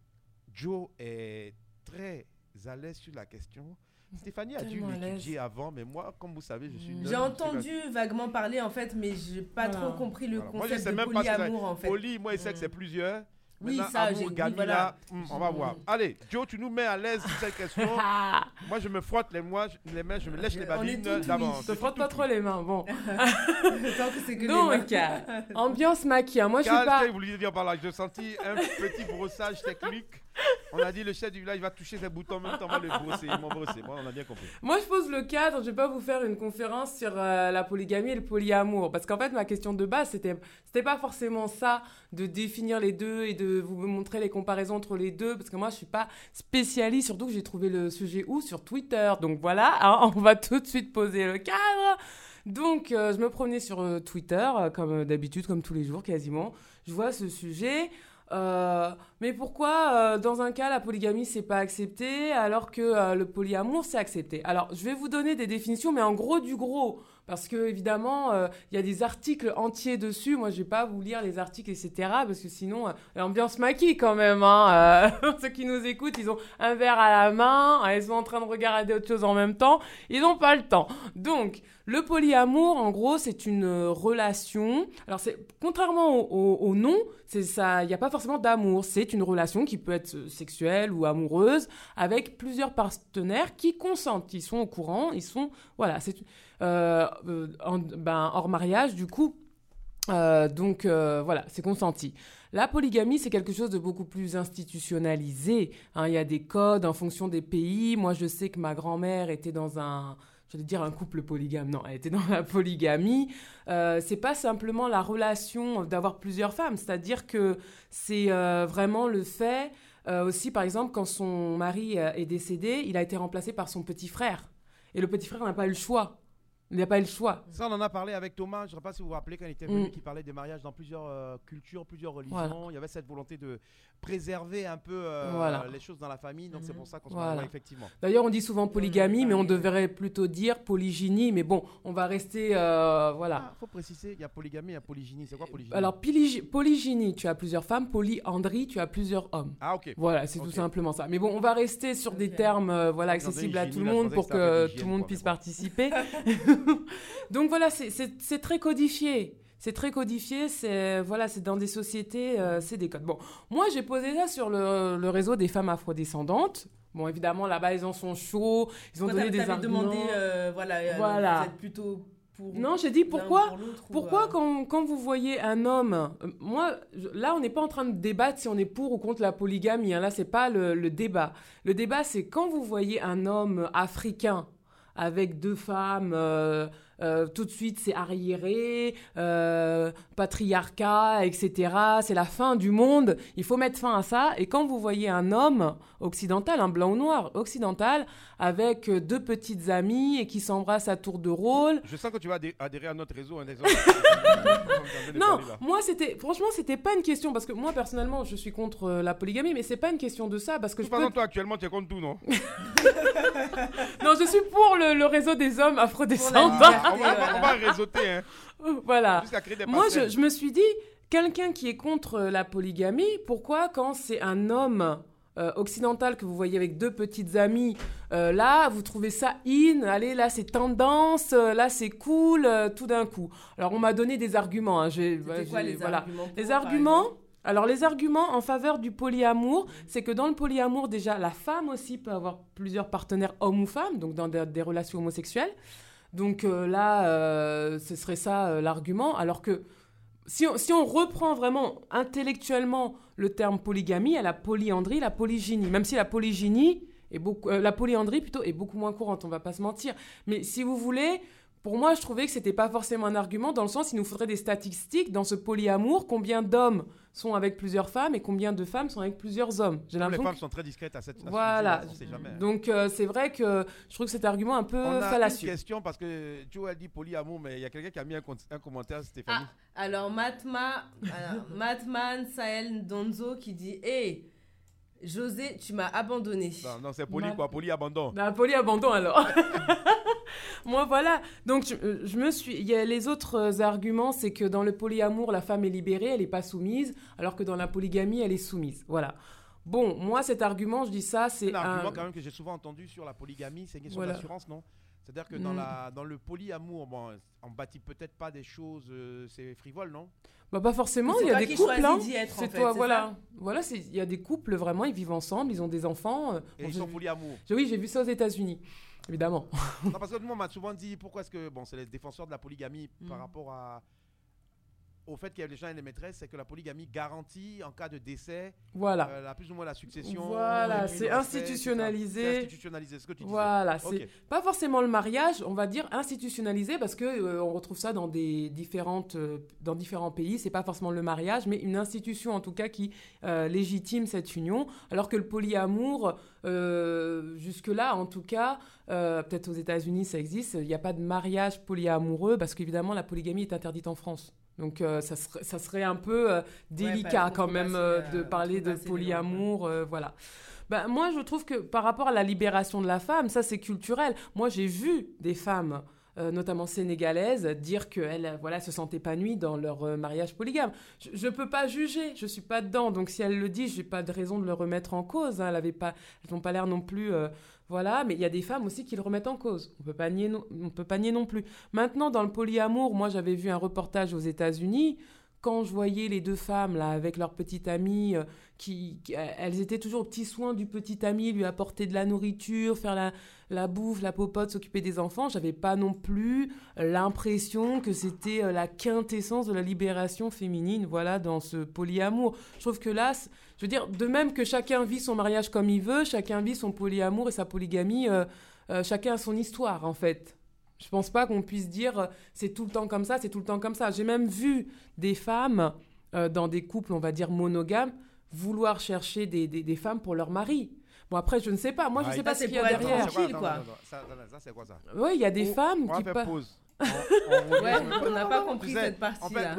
Joe est très à l'aise sur la question. Stéphanie a dû Tellement à l'aise. l'étudier avant, mais moi, comme vous savez, je suis... J'ai entendu vaguement parler en fait, mais j'ai pas Voilà. trop compris le Voilà. Moi, je concept sais de même pas ce que polyamour en c'est. fait. Poly, moi, je sais que c'est plusieurs. Oui, Maintenant, ça, amour, j'ai- oui, gamina, voilà. hum, on va voir. Allez, Joe, tu nous mets à l'aise sur cette question. Ah, Moi, je me frotte les, moi, je- les mains, je me lèche les On est babines toutes d'avance. te frotte pas trop les mains. Bon. Tant que c'est que les Donc, mains. euh, ambiance maquis. hein. Moi, je suis Qu'est-ce pas. que vous vouliez dire par là? J'ai senti un petit brossage technique. On a dit le chef du village va toucher ses boutons en même temps, on va le brosser. Ils m'ont brossé. Bon, on a bien compris. Moi, je pose le cadre. Je vais pas vous faire une conférence sur euh, la polygamie et le polyamour, parce qu'en fait, ma question de base, c'était, c'était pas forcément ça, de définir les deux et de vous montrer les comparaisons entre les deux, parce que moi, je suis pas spécialiste. Surtout que j'ai trouvé le sujet où sur Twitter. Donc voilà, hein, on va tout de suite poser le cadre. Donc, euh, je me promenais sur euh, Twitter, euh, comme d'habitude, comme tous les jours quasiment. Je vois ce sujet. Euh, Mais pourquoi, euh, dans un cas, la polygamie, c'est pas accepté, alors que euh, le polyamour, c'est accepté? Alors, je vais vous donner des définitions, mais en gros du gros. Parce que, évidemment, il euh, y a des articles entiers dessus. Moi, je vais pas vous lire les articles, et cetera. Parce que sinon, euh, l'ambiance maquille quand même. Hein, euh, ceux qui nous écoutent, ils ont un verre à la main. Ils sont en train de regarder autre chose en même temps. Ils n'ont pas le temps. Donc, le polyamour, en gros, c'est une euh, relation. Alors, c'est contrairement au, au, au nom, c'est ça. Il n'y a pas forcément d'amour. C'est une relation qui peut être sexuelle ou amoureuse avec plusieurs partenaires qui consentent, qui sont au courant. Ils sont, voilà, c'est euh, euh, en, ben, hors mariage, du coup. Euh, donc, euh, voilà, c'est consenti. La polygamie, c'est quelque chose de beaucoup plus institutionnalisé. Hein, il y a des codes en fonction des pays. Moi, je sais que ma grand-mère était dans un... j'allais dire un couple polygame, non, elle était dans la polygamie. Euh, c'est pas simplement la relation d'avoir plusieurs femmes, c'est-à-dire que c'est euh, vraiment le fait, euh, aussi par exemple, quand son mari euh, est décédé, il a été remplacé par son petit frère. Et le petit frère n'a pas eu le choix. Il n'a pas eu le choix. Ça, on en a parlé avec Thomas. Je ne sais pas si vous vous rappelez quand il était venu, Mm. qui parlait des mariages dans plusieurs euh, cultures, plusieurs religions. Voilà. Il y avait cette volonté de préserver un peu euh, Voilà. les choses dans la famille. Donc, c'est pour ça qu'on se Voilà. marie, effectivement. D'ailleurs, on dit souvent polygamie, mais on devrait plutôt dire polygynie. Mais bon, on va rester, euh, voilà. Il faut préciser, il y a polygamie, il y a polygynie. C'est quoi polygynie? Alors, polygy- polygynie, tu as plusieurs femmes. Polyandrie, tu as plusieurs hommes. Ah, ok. Voilà, c'est Ok. tout simplement ça. Mais bon, on va rester sur des termes euh, voilà, accessibles à hygiène, tout le là, je monde pensais pour que c'était un que peu tout d'hygiène, le monde quoi, puisse mais bon. participer. Donc voilà, c'est- c'est c'est très codifié. C'est très codifié, c'est voilà, c'est dans des sociétés, euh, c'est des codes. Bon, moi j'ai posé ça sur le, le réseau des femmes afrodescendantes. Bon, évidemment, là-bas, ils en sont chauds, ils ont Toi, donné t'avais- des t'avais arguments. demandé, euh, voilà, euh, Voilà. vous êtes plutôt pour... Non, j'ai dit l'un pourquoi, pour l'autre ou, pourquoi euh, quand, quand vous voyez un homme, euh, moi, je- là, on n'est pas en train de débattre si on est pour ou contre la polygamie. Hein, là, c'est pas le, le débat. Le débat, c'est quand vous voyez un homme africain avec deux femmes, euh, euh, tout de suite, c'est arriéré, euh, patriarcat, et cetera. C'est la fin du monde. Il faut mettre fin à ça. Et quand vous voyez un homme occidental, un blanc ou noir occidental, avec euh, deux petites amies et qui s'embrassent à tour de rôle. Je sens que tu vas adhé- adhérer à notre réseau. Hein, Non, moi c'était franchement c'était pas une question parce que moi personnellement je suis contre euh, la polygamie mais c'est pas une question de ça parce que De je toute façon, peux... toi, actuellement, tu es contre tout, non? non je suis pour le, le réseau des hommes afrodescendants. Ah, on va, on va réseauter, hein. Voilà. Jusqu'à créer des Moi je, passerelles. je me suis dit quelqu'un qui est contre la polygamie, pourquoi quand c'est un homme euh, occidental que vous voyez avec deux petites amies, euh, là vous trouvez ça in, allez là c'est tendance, euh, là c'est cool, euh, tout d'un coup. Alors on m'a donné des arguments. Hein, j'ai, C'était bah, quoi j'ai- les voilà. arguments pour, Les par arguments. exemple Alors les arguments en faveur du polyamour, c'est que dans le polyamour déjà la femme aussi peut avoir plusieurs partenaires hommes ou femmes, donc dans des, des relations homosexuelles. Donc euh, là, euh, ce serait ça euh, l'argument. Alors que si on, si on reprend vraiment intellectuellement le terme polygamie, il y a la polyandrie, la polygynie. Même si la polygynie est beaucoup, euh, la polyandrie plutôt est beaucoup moins courante, on va pas se mentir. Mais si vous voulez, pour moi, je trouvais que c'était pas forcément un argument dans le sens il nous faudrait des statistiques dans ce polyamour, combien d'hommes sont avec plusieurs femmes et combien de femmes sont avec plusieurs hommes. J'ai Comme les l'impression femmes que- sont très discrètes à cette à ce Voilà. sujet-là, on sait jamais. Donc euh, c'est vrai que je trouve que cet argument est un peu On a fallacieux. une question parce que Joe a dit polyamour, mais il y a quelqu'un qui a mis un, con- un commentaire, Stéphanie. Ah, alors Matma, alors, Matman Sahel Donzo qui dit Hé, José, tu m'as abandonné. Non, non, c'est poly Ma- quoi, poly abandon. Bah, polyabandon alors. Moi voilà. Donc je, euh, je me suis. Il y a les autres euh, arguments, c'est que dans le polyamour, la femme est libérée, elle n'est pas soumise, alors que dans la polygamie, elle est soumise. Voilà. Bon, moi cet argument, je dis ça, c'est Un argument un. quand même que j'ai souvent entendu sur la polygamie, c'est une question Voilà. d'assurance, non? C'est-à-dire que dans, Mm. la, dans le polyamour, bon, on bâtit peut-être pas des choses, euh, c'est frivole, non? Bah pas forcément, C'est il y a toi des qui couples. choisis Hein. d'y être, en C'est fait, toi, c'est voilà. ça Voilà, c'est il y a des couples vraiment, ils vivent ensemble, ils ont des enfants. euh, Et bon, ils j'ai sont vu- polyamour. j'ai- Oui, j'ai vu ça aux États-Unis, évidemment. Non, parce que tout le monde m'a souvent dit pourquoi est-ce que, bon, c'est les défenseurs de la polygamie par Mm. rapport à, au fait qu'il y a les gens et les maîtresses, c'est que la polygamie garantit en cas de décès, Voilà. euh, la, plus ou moins la succession. Voilà, et puis c'est le respect, institutionnalisé. c'est ça. C'est institutionnalisé, ce que tu disais. Voilà, Ok. c'est pas forcément le mariage, on va dire institutionnalisé parce que euh, on retrouve ça dans des différentes euh, dans différents pays, c'est pas forcément le mariage mais une institution en tout cas qui euh, légitime cette union alors que le polyamour euh, jusque-là en tout cas euh, peut-être aux États-Unis ça existe, il n'y a pas de mariage polyamoureux parce qu'évidemment la polygamie est interdite en France. Donc euh, ça, serait, ça serait un peu euh, délicat Ouais, quand même euh, de euh, parler de controverser les polyamour, euh, voilà. Ben, moi, je trouve que par rapport à la libération de la femme, ça c'est culturel. Moi, j'ai vu des femmes, euh, notamment sénégalaises, dire qu'elles voilà, se sentent épanouies dans leur euh, mariage polygame. Je ne peux pas juger, je ne suis pas dedans. Donc si elle le dit, je n'ai pas de raison de le remettre en cause. Hein. Elles avait pas, elles n'ont pas l'air non plus... Euh, voilà, mais il y a des femmes aussi qui le remettent en cause. On peut pas nier non, on peut pas nier non plus. Maintenant, dans le polyamour, moi j'avais vu un reportage aux États-Unis. Quand je voyais les deux femmes là avec leur petite amie, euh, qui, qui, elles étaient toujours aux petits soins du petit ami, lui apporter de la nourriture, faire la, la bouffe, la popote, s'occuper des enfants. J'avais pas non plus l'impression que c'était euh, la quintessence de la libération féminine, voilà, dans ce polyamour. Je trouve que là, je veux dire, de même que chacun vit son mariage comme il veut, chacun vit son polyamour et sa polygamie, euh, euh, chacun a son histoire en fait. Je pense pas qu'on puisse dire euh, c'est tout le temps comme ça, c'est tout le temps comme ça. J'ai même vu des femmes euh, dans des couples, on va dire monogames, vouloir chercher des, des, des femmes pour leur mari. Bon après je ne sais pas, moi je Ah, ne sais ça, pas c'est ce qu'il y a pour être derrière. tranquille, quoi. Ça, ça, ça, c'est quoi ça? Oui, il y a des Oh, femmes on va qui faire pa- pause. On- on revient. Ouais, on n'a pas compris Tu sais, cette partie-là.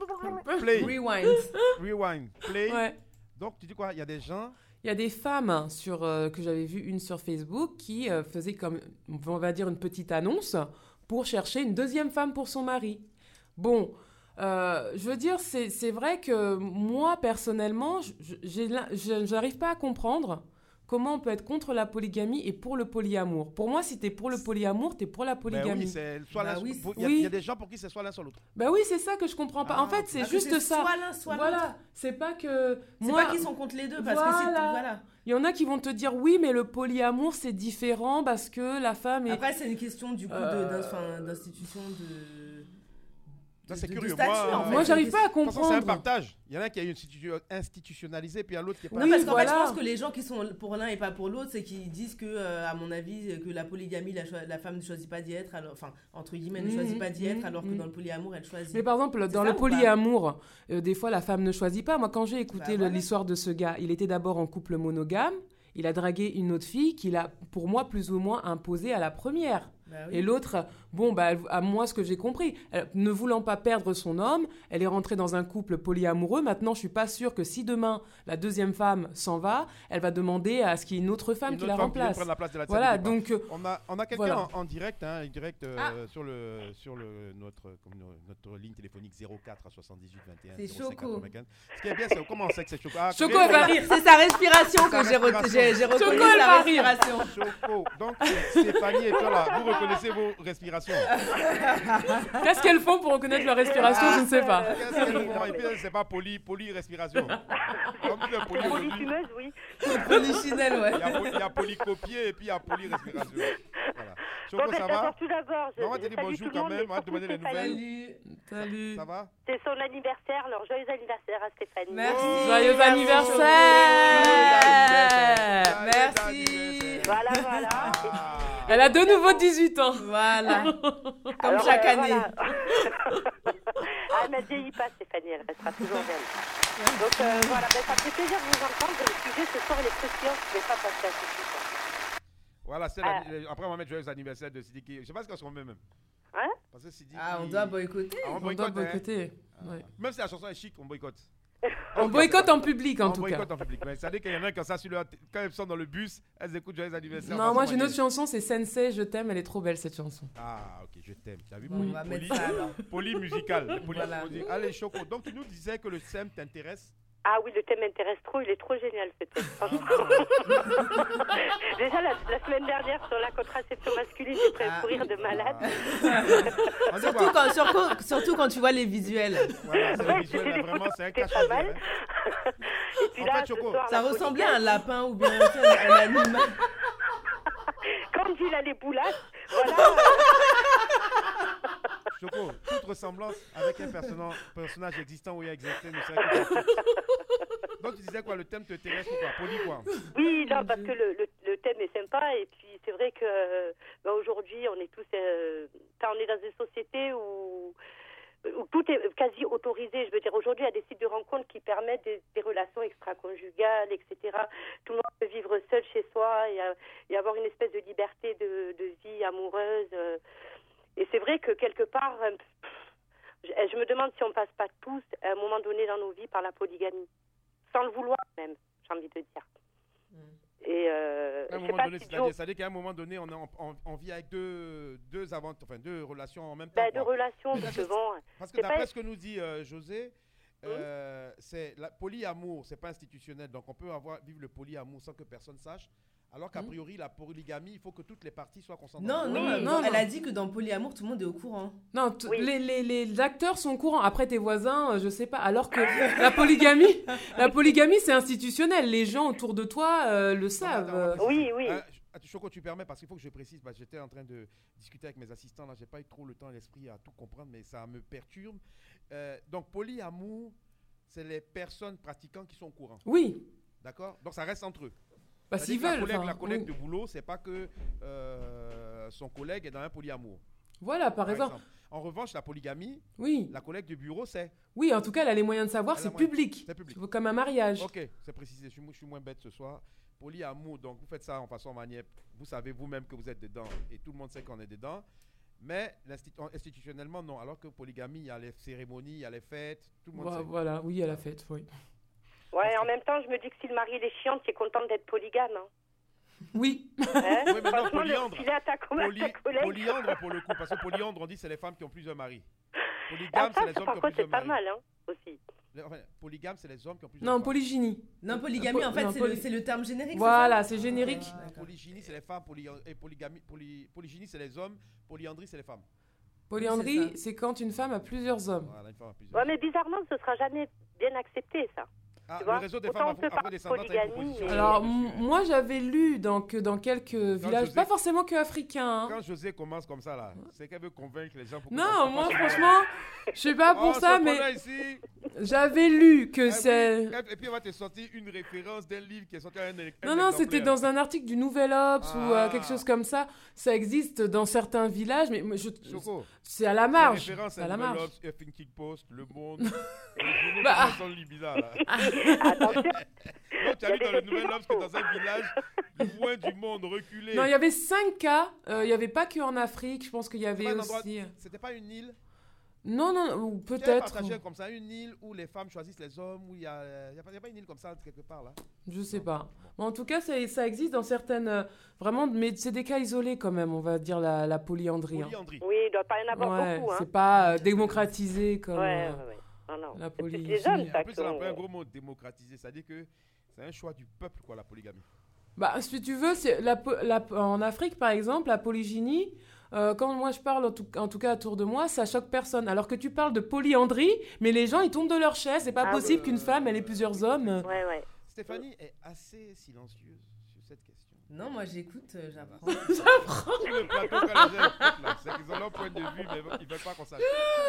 en fait, play. Rewind. Rewind. Play. Ouais. Donc tu dis quoi? Il y a des gens. Il y a des femmes sur, euh, que j'avais vu une sur Facebook qui euh, faisaient comme, on va dire, une petite annonce pour chercher une deuxième femme pour son mari. Bon, euh, je veux dire, c'est, c'est vrai que moi, personnellement, je, j'ai, je, j'arrive pas à comprendre comment on peut être contre la polygamie et pour le polyamour. Pour moi, si t'es pour le polyamour, t'es pour la Ben polygamie. oui, c'est soit Bah l'un, oui, soit- il y, a- oui. il y a des gens pour qui c'est soit l'un soit l'autre. Ben oui, c'est ça que je comprends pas. Ah, en fait, c'est Ah, que juste c'est ça. Soit l'un, soit Voilà, l'autre. c'est pas que C'est moi. pas qu'ils sont contre les deux, parce que c'est Voilà. voilà. Il y en a qui vont te dire oui, mais le polyamour c'est différent parce que la femme est. Après, c'est une question du coup de- Euh, d'in- enfin, d'institution de. Ça, de- c'est de- curieux. de statut, Moi, en fait. Moi, j'arrive pas à De toute façon, c'est un comprendre. partage. Il y en a qui a une institu- institutionnalisé, puis il y a l'autre qui est pas. Non, Oui, parce qu'en voilà. fait, je pense que les gens qui sont pour l'un et pas pour l'autre, c'est qu'ils disent que, euh, à mon avis, que la polygamie, la, cho- la femme ne choisit pas d'y être, alors, enfin, entre guillemets, ne Mhm, choisit pas d'y être, mhm, alors que mhm. dans le polyamour, elle choisit. Mais par exemple, C'est dans ça le ou pas polyamour, euh, des fois la femme ne choisit pas. Moi, quand j'ai écouté Bah, le- voilà. l'histoire de ce gars, il était d'abord en couple monogame. Il a dragué une autre fille qu'il a, pour moi, plus ou moins imposée à la première. Bah oui. Et l'autre, bon, bah, elle- à moi, ce que j'ai compris, elle- ne voulant pas perdre son homme, elle est rentrée dans un couple polyamoureux. Maintenant, je suis pas sûre que si demain la deuxième femme s'en va, elle va demander à ce qu'il y ait une autre femme Une qui autre la femme qui vient remplace. prendre la place de la tienne Voilà, au départ. donc euh, On a, on a quelqu'un Voilà. en, en direct, hein, en direct euh, Ah. sur, le, sur le, notre, comme no- notre ligne téléphonique zéro quatre à soixante-dix-huit vingt et un. C'est zéro cinq Choco. quatre-vingt-quinze. Ce qui est bien, c'est comment on sait que c'est Choco. Ah, Choco, Choco, elle va rire, c'est sa respiration C'est sa que j'ai, re- respiration. j'ai, j'ai reconnu Choco, elle sa va rire. respiration. Choco. Donc, Stéphanie et toi, là, vous reconnaissez vos respirations. qu'est-ce qu'elles font pour reconnaître leur respiration Je ne sais pas. Qu'est-ce qu'elles font? Et puis, c'est pas poly, poly respiration. Comme tu es poly aujourd'hui, Polyfumeuse, oui. Polychinelle, ouais. il y a, poly- il y a polycopier et puis il y a poly respiration. Voilà. Choco, Bon, ben, ça d'abord, va? tout d'abord, je, Non, on va je te dire salue bonjour tout le quand monde, même, mais on va te surtout demander les Stéphanie. nouvelles. Salut. Salut. Ça va? C'est son anniversaire, alors joyeux anniversaire à Stéphanie. Merci. Joyeux Merci, anniversaire. Choco. Merci. Voilà, voilà. Ah. Elle a de nouveau dix-huit ans. Voilà. Comme Alors, chaque euh, année. voilà. Ah, elle ne vieillit pas, Stéphanie, elle restera toujours belle. Donc euh, voilà, ben, ça fait plaisir de vous entendre. Le sujet ce soir, les croustillants, je ne vais pas passer à tout de suite. Voilà, c'est Ah. l'anni- après on va mettre joyeux anniversaire de Sidiki. Je sais pas ce qu'on met même. Hein? Parce que Sidiki. Ah, on doit boycotter. Ah, on On doit boycotte, hein. boycotter. Ouais. Même si la chanson est chic, on boycotte. On boycotte en public, en on tout cas. boycotte en public. Mais ça dit qu'il y en a qui ont ça sur leur t- quand elles sont dans le bus, elles écoutent joyeux anniversaire. Non, moi j'ai une autre chanson, c'est Sensei, je t'aime, elle est trop belle cette chanson. Ah, ok, je t'aime. Tu as vu? Bon, Poly, on va poly, mettre ça alors. poly musical. Poly- Voilà. poly- Allez, Choco. Donc tu nous disais que le S E M t'intéresse. Ah oui, le thème m'intéresse trop, il est trop génial ce thème. franchement. Déjà la, la semaine dernière sur la contraception masculine, j'ai pris un Ah. sourire de malade. On dit Surtout quoi? quand, surtout, surtout quand tu vois les visuels. Voilà, c'est le Ouais, visuel, j'ai là, vu vraiment, c'est un c'était cache pas mal. Et puis En là, fait, ce Choco, soir, Ça la ressemblait à un polygame. lapin ou bien tu sais, un animal. Quand il a les boulasses, voilà. Choco, toute ressemblance avec un personnage, personnage existant ou existé ne serait que parfaite. Donc tu disais quoi, le thème te intéresse ou quoi? Poli quoi? Oui, non, parce que le, le, le thème est sympa et puis c'est vrai que bah, aujourd'hui on est tous, euh, enfin, on est dans une société où, où tout est quasi autorisé. Je veux dire, aujourd'hui il y a des sites de rencontres qui permettent des, des relations extra-conjugales, et cetera. Tout le monde peut vivre seul chez soi et, euh, et avoir une espèce de liberté de, de vie amoureuse. Euh, et c'est vrai que quelque part, euh, je, je me demande si on passe pas tous, à un moment donné dans nos vies, par la polygamie. Sans le vouloir même, j'ai envie de dire. Et euh, À un je sais moment pas donné, si c'est-à-dire, Joe- c'est-à-dire qu'à un moment donné, on, est en, en- on vit avec deux, deux, avant, enfin, deux relations en même temps. Ben, de quoi. relations, Parce parce que- que bon, Parce que c'est d'après pas- ce que nous dit euh, José, euh, c'est la polyamour, c'est pas institutionnel, donc on peut avoir vivre le polyamour sans que personne sache. Alors qu'a priori, la polygamie, il faut que toutes les parties soient consentantes. Non, non, Oui, non, non, elle non. a dit que dans polyamour, tout le monde est au courant. Non, t- les, les, les acteurs sont au courant. Après, tes voisins, euh, je sais pas. Alors que la polygamie, la polygamie, c'est institutionnel. Les gens autour de toi euh, le savent. Attends, attends, Oui, oui. Euh, attends, Choco, tu permets, parce qu'il faut que je précise, parce que j'étais en train de discuter avec mes assistants, là, j'ai pas eu trop le temps et l'esprit à tout comprendre, mais ça me perturbe. Euh, donc, polyamour, c'est les personnes pratiquantes qui sont au courant. Oui. D'accord. Donc, ça reste entre eux. Bah, C'est-à-dire s'ils que la veulent, collègue, enfin, la collègue oui. de boulot, c'est pas que euh, son collègue est dans un polyamour. Voilà, par exemple. En revanche, la polygamie, Oui. la collègue de bureau, c'est. Oui, en tout cas, elle a les moyens de savoir, Elle a c'est moyen- public. c'est public. Comme un mariage. Ok, c'est précisé. Je suis, mo- je suis moins bête ce soir. Polyamour, donc vous faites ça en façon manière. Vous savez vous-même que vous êtes dedans et tout le monde sait qu'on est dedans. Mais l'insti- institutionnellement, non. Alors que polygamie, il y a les cérémonies, il y a les fêtes, tout le monde Voilà, sait. voilà, oui, à la fête, oui. Ouais, en même temps, je me dis que si le mari il est chiant, tu es contente d'être polygame. Hein. Oui. Hein Oui, mais non, Franchement, le polyandre. filet à ta, com- à Poly- ta collègue. polyandre pour le coup, parce que polyandre, on dit c'est les femmes qui ont plusieurs maris. Ah, Polygame, ça, c'est les ça, hommes par qui ont contre, c'est plusieurs pas maris. mal, hein, aussi. Les- enfin, polygame, c'est les hommes qui ont plusieurs Non, femmes. polygynie. Non, polygamie, en fait, Non, c'est poly- le, c'est le terme générique. Voilà, c'est ça c'est générique. Ah, d'accord. Polygynie, c'est les femmes, poly- et polygamie, poly- polygynie, c'est les hommes, polyandrie, c'est les femmes. Polyandrie, c'est quand une femme a plusieurs hommes. Voilà, une femme a plusieurs. Ouais, mais bizarrement, ce sera jamais bien accepté, ça. Ah, Tu le vois, réseau des autant femmes on peut afro- parler afrodescendantes a une polygamie, proposition. mais- Alors, m- moi, j'avais lu dans, que dans quelques villages, José- pas forcément que africains. hein. Quand José commence comme ça, là, c'est qu'elle veut convaincre les gens pour que Non, ça se moi, passe franchement, je sais pas pour Oh, ça, ce mais qu'on a ici. j'avais lu que Ah oui, c'est... Et puis, on va te sortir une référence d'un livre qui est sorti à un, un Non, non, c'était exemplaire. dans un article du Nouvel Obs ou euh, Ah. quelque chose comme ça. Ça existe dans certains villages, mais moi, je... Choco. c'est à la marge. C'est référence C'est à à la Nouvel marge. Obs, Huffington Post, Le Monde. Le Bah. journée de lit bizarre, là. Attention. Non, tu as lu dans le Nouvel Obs que dans un village loin du monde, reculé. Non, il y avait cinq cas. euh, Il n'y avait pas que en Afrique. Je pense qu'il y C'était avait pas un endroit- aussi. C'était pas une île. Non, non, ou Tu avais peut-être. partagé comme ça une île où les femmes choisissent les hommes, où il y a, il y a, pas, il y a pas une île comme ça quelque part là. Je sais pas. Mais en tout cas, ça, ça existe dans certaines. euh, Vraiment, mais c'est des cas isolés quand même, on va dire la, la polyandrie. hein. Polyandrie. Oui, il ne doit pas y en avoir Ouais, beaucoup. Hein. c'est pas euh, démocratisé comme Ouais, euh, ouais, ouais. Non, non. la C'est peut-être polygynie. les hommes, ça, En plus, qui on a ont- pris un gros mot démocratisé, c'est-à-dire que c'est un choix du peuple quoi la polygamie. Bah, si tu veux, c'est la, po- la- en Afrique, par exemple, la polygynie, euh, quand moi je parle, en tout, en tout cas autour de moi, ça choque personne. Alors que tu parles de polyandrie, mais les gens, ils tombent de leur chaise. C'est pas Ah, possible euh, qu'une femme, elle ait plusieurs hommes. Ouais, ouais. Stéphanie est assez silencieuse sur cette question. Non, moi j'écoute, euh, j'apprends. Sur le plateau, quand les gens écoutent, là, c'est qu'ils ont leur point de vue, mais ils veulent pas qu'on sache.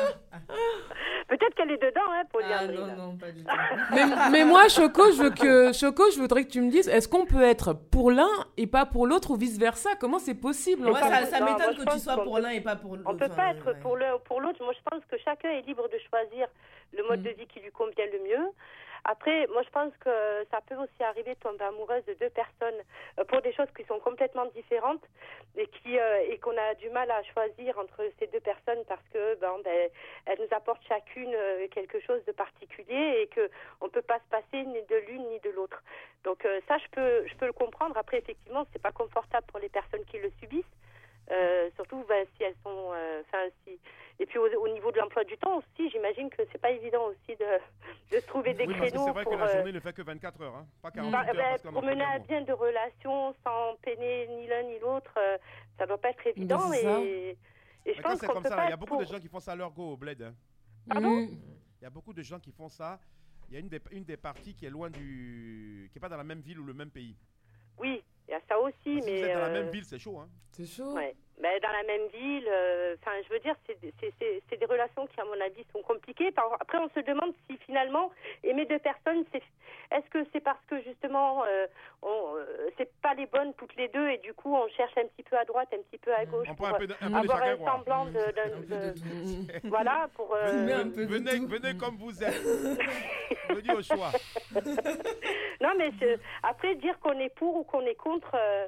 Peut-être qu'elle est dedans, hein, Ah polyandrie. non, là. non, pas du tout. mais, mais moi, Choco, je veux que Choco, je voudrais que tu me dises, est-ce qu'on peut être pour l'un et pas pour l'autre ou vice versa? Comment c'est possible en Moi, fait ça, ça Non, moi, m'étonne je que tu pense sois qu'on pour peut- l'un et pas pour l'autre. On ne peut Enfin, pas être ouais. pour l'un ou pour l'autre. Moi, je pense que chacun est libre de choisir le mode Mm. de vie qui lui convient le mieux. Après, moi, je pense que ça peut aussi arriver de tomber amoureuse de deux personnes euh, pour des choses qui sont complètement différentes et qui euh, et qu'on a du mal à choisir entre ces deux personnes parce que ben, ben elles nous apportent chacune euh, quelque chose de particulier et que on peut pas se passer ni de l'une ni de l'autre. Donc euh, ça, je peux je peux le comprendre. Après, effectivement, c'est pas confortable pour les personnes qui le subissent. Euh, surtout ben, si elles sont euh, enfin si et puis au, au niveau de l'emploi du temps aussi, j'imagine que c'est pas évident aussi de, de trouver des Oui, parce que créneaux c'est vrai pour que la euh, journée ne fait que vingt-quatre heures, hein, pas quarante-huit bah, heures. bah, parce qu'on pour en mener fait à d'amour. bien de relations sans peiner ni l'un ni l'autre, euh, ça doit pas être évident c'est ça. et, et je Mais quand pense c'est qu'on comme peut ça, pas là, il y a être beaucoup pour... de gens qui font ça à leur go au bled. Hein. Ah bon Mm. Il y a beaucoup de gens qui font ça. Il y a une des, une des parties qui est loin du. qui n'est pas dans la même ville ou le même pays. Oui, il y a ça aussi, Si mais vous êtes dans la euh, même ville, c'est chaud. Hein. C'est chaud. ouais. Mais dans la même ville, enfin, je veux dire, c'est c'est- c'est- c'est des relations qui, à mon avis, sont compliquées. Par- Après, on se demande si finalement, aimer deux personnes, c'est est-ce que c'est parce que justement, euh, on, euh, c'est pas les bonnes toutes les deux et du coup, on cherche un petit peu à droite, un petit peu à gauche On pour prend un peu de, un peu de avoir chacun, un quoi. semblant de, de- Un peu de de- tout. voilà, pour. euh, Venez un peu de Venez, tout. venez comme vous êtes. Venez au choix. Non, mais c'est- après, dire qu'on est pour ou qu'on est contre, euh,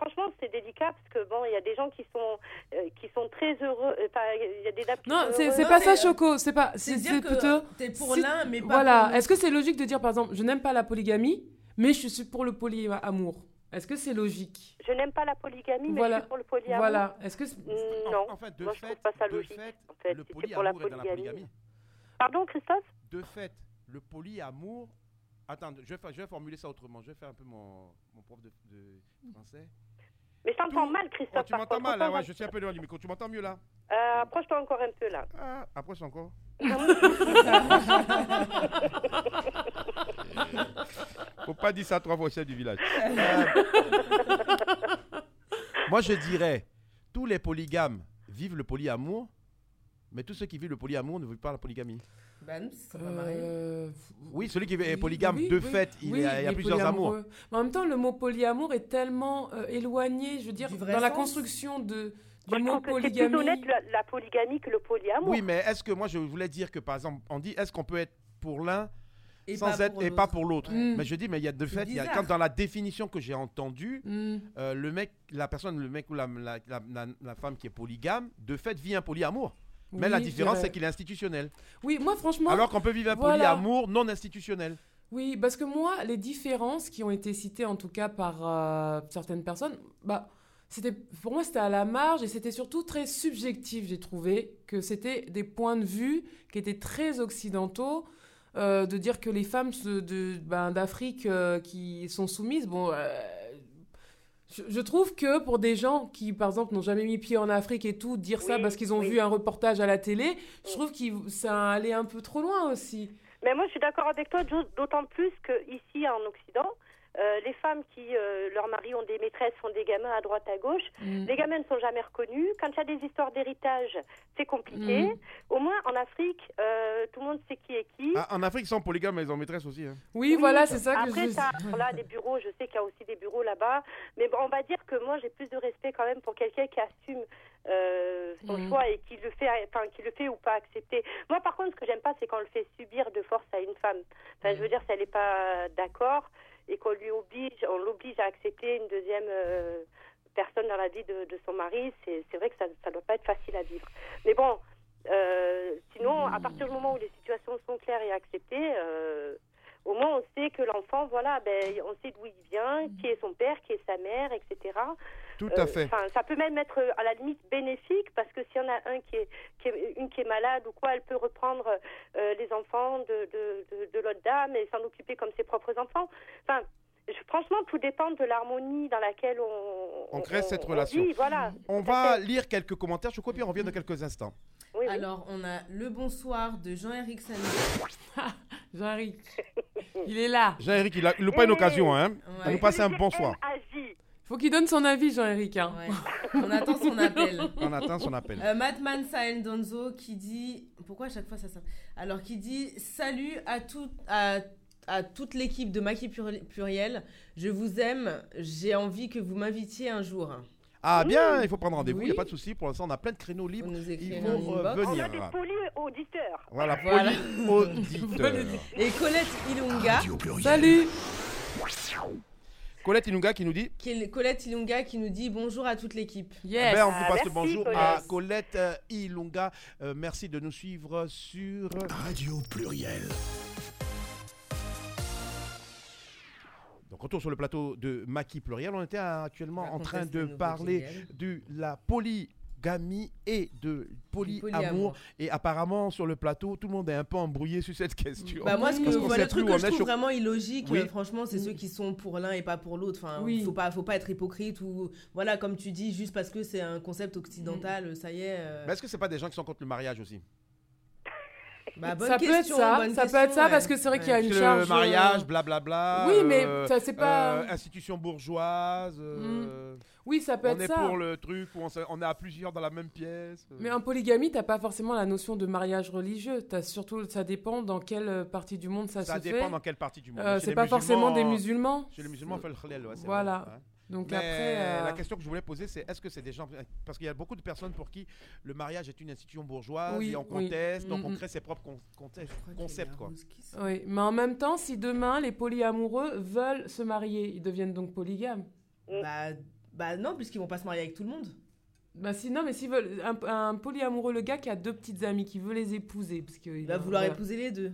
franchement, c'est délicat parce que bon, il y a des gens qui sont euh, qui sont très heureux. Enfin, il y a des dames qui Non, sont c'est heureuses. c'est pas ça, Choco. C'est pas. c'est C'est dire c'est que plutôt. t'es pour si- l'un, mais pas Voilà. pour l'autre. Est-ce que c'est logique de dire, par exemple, je n'aime pas la polygamie, mais je suis pour le polyamour? Est-ce que c'est logique? Je n'aime pas la polygamie, mais Voilà. je suis pour le polyamour. Voilà. Est-ce que c'est- Mm, Non, En fait, de moi je fait, trouve pas ça de logique. fait, en fait, le si c'est pour la polyamour est dans la polygamie. polygamie. Pardon, Christophe? De fait, le polyamour. Attends, je vais, fa- je vais formuler ça autrement. Je vais faire un peu mon, mon prof de, de français. Mais je t'entends mal, Oh, Christophe. tu par m'entends contre. mal, hein, Entends- ouais, je suis un peu loin du micro. Tu m'entends mieux là? Euh, approche-toi encore un peu là. Ah, approche encore. Faut pas dire ça trois fois au chef du village. Euh, Moi, je dirais, tous les polygames vivent le polyamour, mais tous ceux qui vivent le polyamour ne vivent pas la polygamie. Bah non, c'est pas marié. Euh, Oui, celui qui est oui, polygame, oui, de oui, fait, il oui, y a, il y a les plusieurs amours. polyamoureux. Mais en même temps, le mot polyamour est tellement euh, éloigné, je veux dire, Du vrai dans la sens. construction de, Moi, du je mot trouve que c'est plus polygamie. honnête la, la polygamie que le polyamour. Oui, mais est-ce que moi, je voulais dire que, par exemple, on dit, est-ce qu'on peut être pour l'un Et sans pas être pour et l'autre. pas pour l'autre? Mm. Mais je dis, mais il y a de C'est fait, il y a, bizarre. quand dans la définition que j'ai entendue, Mm. euh, le mec, la personne, le mec ou la, la, la, la- la femme qui est polygame, de fait, vit un polyamour. Mais Oui, la je différence, dirais. c'est qu'il est institutionnel. Oui, moi, franchement. Alors qu'on peut vivre un voilà. polyamour non institutionnel. Oui, parce que moi, les différences qui ont été citées, en tout cas par euh, certaines personnes, bah, c'était, pour moi, c'était à la marge et c'était surtout très subjectif. J'ai trouvé que c'était des points de vue qui étaient très occidentaux, euh, de dire que les femmes de, de- ben, d'Afrique euh, qui sont soumises, bon. euh, je, je trouve que pour des gens qui, par exemple, n'ont jamais mis pied en Afrique et tout, dire ça Oui, parce qu'ils ont oui. vu un reportage à la télé, je trouve que ça allait un peu trop loin aussi. Mais moi, je suis d'accord avec toi, d'au- d'autant plus qu'ici, en Occident, euh, les femmes qui, euh, leurs maris ont des maîtresses, font des gamins à droite, à gauche, Mm. les gamins ne sont jamais reconnus. Quand il y a des histoires d'héritage, c'est compliqué. Mm. Au moins, en Afrique, euh, tout le monde sait qui est qui. Ah, en Afrique, ils sont polygames, mais ils ont maîtresse aussi. Hein. Oui, Oui, voilà, c'est ça que Après, je... t'as là, des bureaux, je sais qu'il y a aussi des bureaux là-bas. Mais bon, on va dire que moi, j'ai plus de respect quand même pour quelqu'un qui assume euh, son Mhm. choix et qui le fait, enfin, qui le fait ou pas accepter. Moi, par contre, ce que j'aime pas, c'est quand on le fait subir de force à une femme. Enfin, je veux dire, si elle n'est pas d'accord et qu'on lui oblige, on l'oblige à accepter une deuxième euh, personne dans la vie de, de son mari, c'est c'est vrai que ça ne doit pas être facile à vivre. Mais bon, euh, sinon, à partir du moment où les situations sont claires et acceptées, euh, au moins on sait que l'enfant, voilà, ben, on sait d'où il vient, qui est son père, qui est sa mère, et cetera. Tout Euh, à fait. Enfin, ça peut même être euh, à la limite bénéfique parce que s'il y en a un qui est, qui est- une qui est malade ou quoi, elle peut reprendre euh, les enfants de, de, de, de l'autre dame et s'en occuper comme ses propres enfants. Enfin, je- franchement, tout dépend de l'harmonie dans laquelle on, On crée cette relation. vit, voilà. On Tout à va fait. lire quelques commentaires. Je crois qu'on revient dans quelques instants. Oui, oui. Alors, on a le bonsoir de Jean-Éric Sandé. Jean-Éric, il est là. Jean-Éric, il n'a pas une occasion, hein. Il va nous passer un Olivier bonsoir. M. agit. Faut qu'il donne son avis, Jean-Éric. Hein. Ouais. On attend son appel. On attend son appel. Euh, Madman Sael Donzo qui dit... Pourquoi à chaque fois ça ça Alors, qui dit « Salut à, tout, à, à toute l'équipe de Maki Pluri- Pluriel. Je vous aime. J'ai envie que vous m'invitiez un jour. Ah bien, il faut prendre rendez-vous, il n'y a Oui. pas de souci. Pour l'instant, on a plein de créneaux Faut libres. nous Il écrire faut un euh, inbox. On venir. a des poly-auditeurs. Voilà, Voilà. poly-auditeur. Et Colette Ilunga, Radio Pluriel. Salut. Colette Inunga qui nous dit qui est Colette Ilunga qui nous dit bonjour à toute l'équipe. Yes. ben, on vous Ah, passe le merci, bonjour Colette. à Colette euh, Ilunga. Euh, merci de nous suivre sur Radio Pluriel. Donc, retour sur le plateau de Maki Pluriel. On était euh, actuellement On va en train contester de le nouveau parler jingle. de la polygamie et de polyamour. polyamour. Et apparemment, sur le plateau, tout le monde est un peu embrouillé sur cette question. Bah moi, ce que, Parce qu'on voilà, sait le truc plus où que on je est trouve sur- vraiment illogique, Oui. euh, franchement, c'est ceux qui sont pour l'un et pas pour l'autre. Enfin, Oui. faut pas, faut pas être hypocrite ou voilà, comme tu dis, juste parce que c'est un concept occidental, ça y est. euh, Mais est-ce que c'est pas des gens qui sont contre le mariage aussi? bah, bonne Ça peut être question, ça. bonne Ça peut question, être ça ouais. parce que c'est vrai qu'il y a Parce une que charge. le mariage, euh, blablabla. Oui, mais euh, ça, c'est pas- euh, institution bourgeoise. euh, Oui, ça peut on être est ça. pour le truc où on, s'est- on est à plusieurs dans la même pièce. euh. Mais en polygamie, t'as pas forcément la notion de mariage religieux. T'as surtout, ça dépend dans quelle euh, partie du monde ça, Ça se dépend fait. dans quelle partie du monde. Euh, Chez c'est les pas forcément des musulmans, musulmans. Chez les musulmans, on fait le khalal, ouais, c'est Voilà. vrai, hein. Donc Mais après, euh, la question que je voulais poser, c'est est-ce que c'est des gens... Parce qu'il y a beaucoup de personnes pour qui le mariage est une institution bourgeoise Oui, et on oui. conteste, donc on Mhm. crée ses propres con- conte- Je crois qu'il y a concepts. la Quoi. rose qui sort. oui. Mais en même temps, si demain les polyamoureux veulent se marier, ils deviennent donc polygames. Bah, Bah non, puisqu'ils vont pas se marier avec tout le monde. Bah si, non, mais s'ils veulent... Un, un polyamoureux, le gars qui a deux petites amies, qui veut les épouser, parce qu'il Il va vouloir voilà. épouser les deux.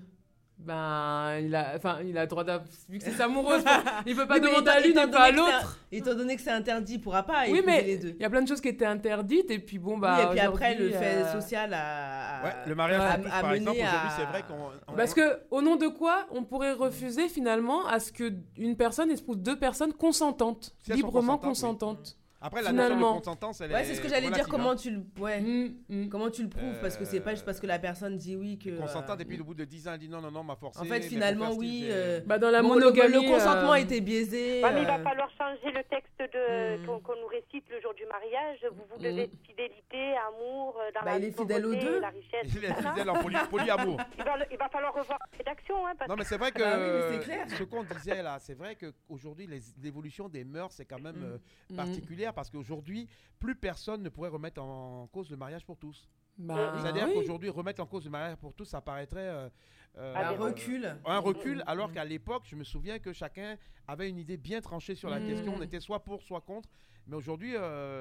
Ben, il a, enfin, il a le droit d'avoir... Vu que c'est sa amoureuse, il peut pas oui, demander à l'une et pas à l'autre. Étant donné que c'est interdit, il pourra pas oui, épouser mais les deux. Il y a plein de choses qui étaient interdites, et puis bon, bah... Oui, et puis après, le euh... fait social a... Ouais, le mariage a, pour tous, a par exemple, à... aujourd'hui, c'est vrai qu'on... On... Parce que, au nom de quoi, on pourrait refuser, finalement, à ce qu'une personne épouse deux personnes consentantes, si librement consentantes. Oui. Après, la finalement. notion de consentance, elle ouais, est c'est ce que j'allais dire. Comment tu le, ouais. Mmh, mmh. Comment tu le prouves euh... Parce que c'est pas juste parce que la personne dit oui que. Consentante, euh... et puis au bout de dix ans, elle dit non, non, non, m'a forcé. En fait, finalement, oui. Euh... Bah, dans la bon, monogamie, le, le consentement euh... était biaisé. Ouais, mais il va falloir changer le texte de mmh. qu'on, qu'on nous récite le jour du mariage. Vous vous devez mmh. fidélité, amour, dans bah, la il est fidèle aux deux. La richesse. Il est fidèle en poly, polyamour. il, va, il va falloir revoir la rédaction, hein. Parce non, mais c'est vrai que bah, oui, c'est clair. ce qu'on disait là, c'est vrai qu'aujourd'hui, les, l'évolution des mœurs, c'est quand même mmh. euh, particulière parce qu'aujourd'hui, plus personne ne pourrait remettre en cause le mariage pour tous. Bah, C'est-à-dire oui. qu'aujourd'hui, remettre en cause le mariage pour tous, ça paraîtrait euh, euh, un recul. Un recul, alors qu'à l'époque, je me souviens que chacun avait une idée bien tranchée sur la mmh. question. On était soit pour, soit contre. Mais aujourd'hui,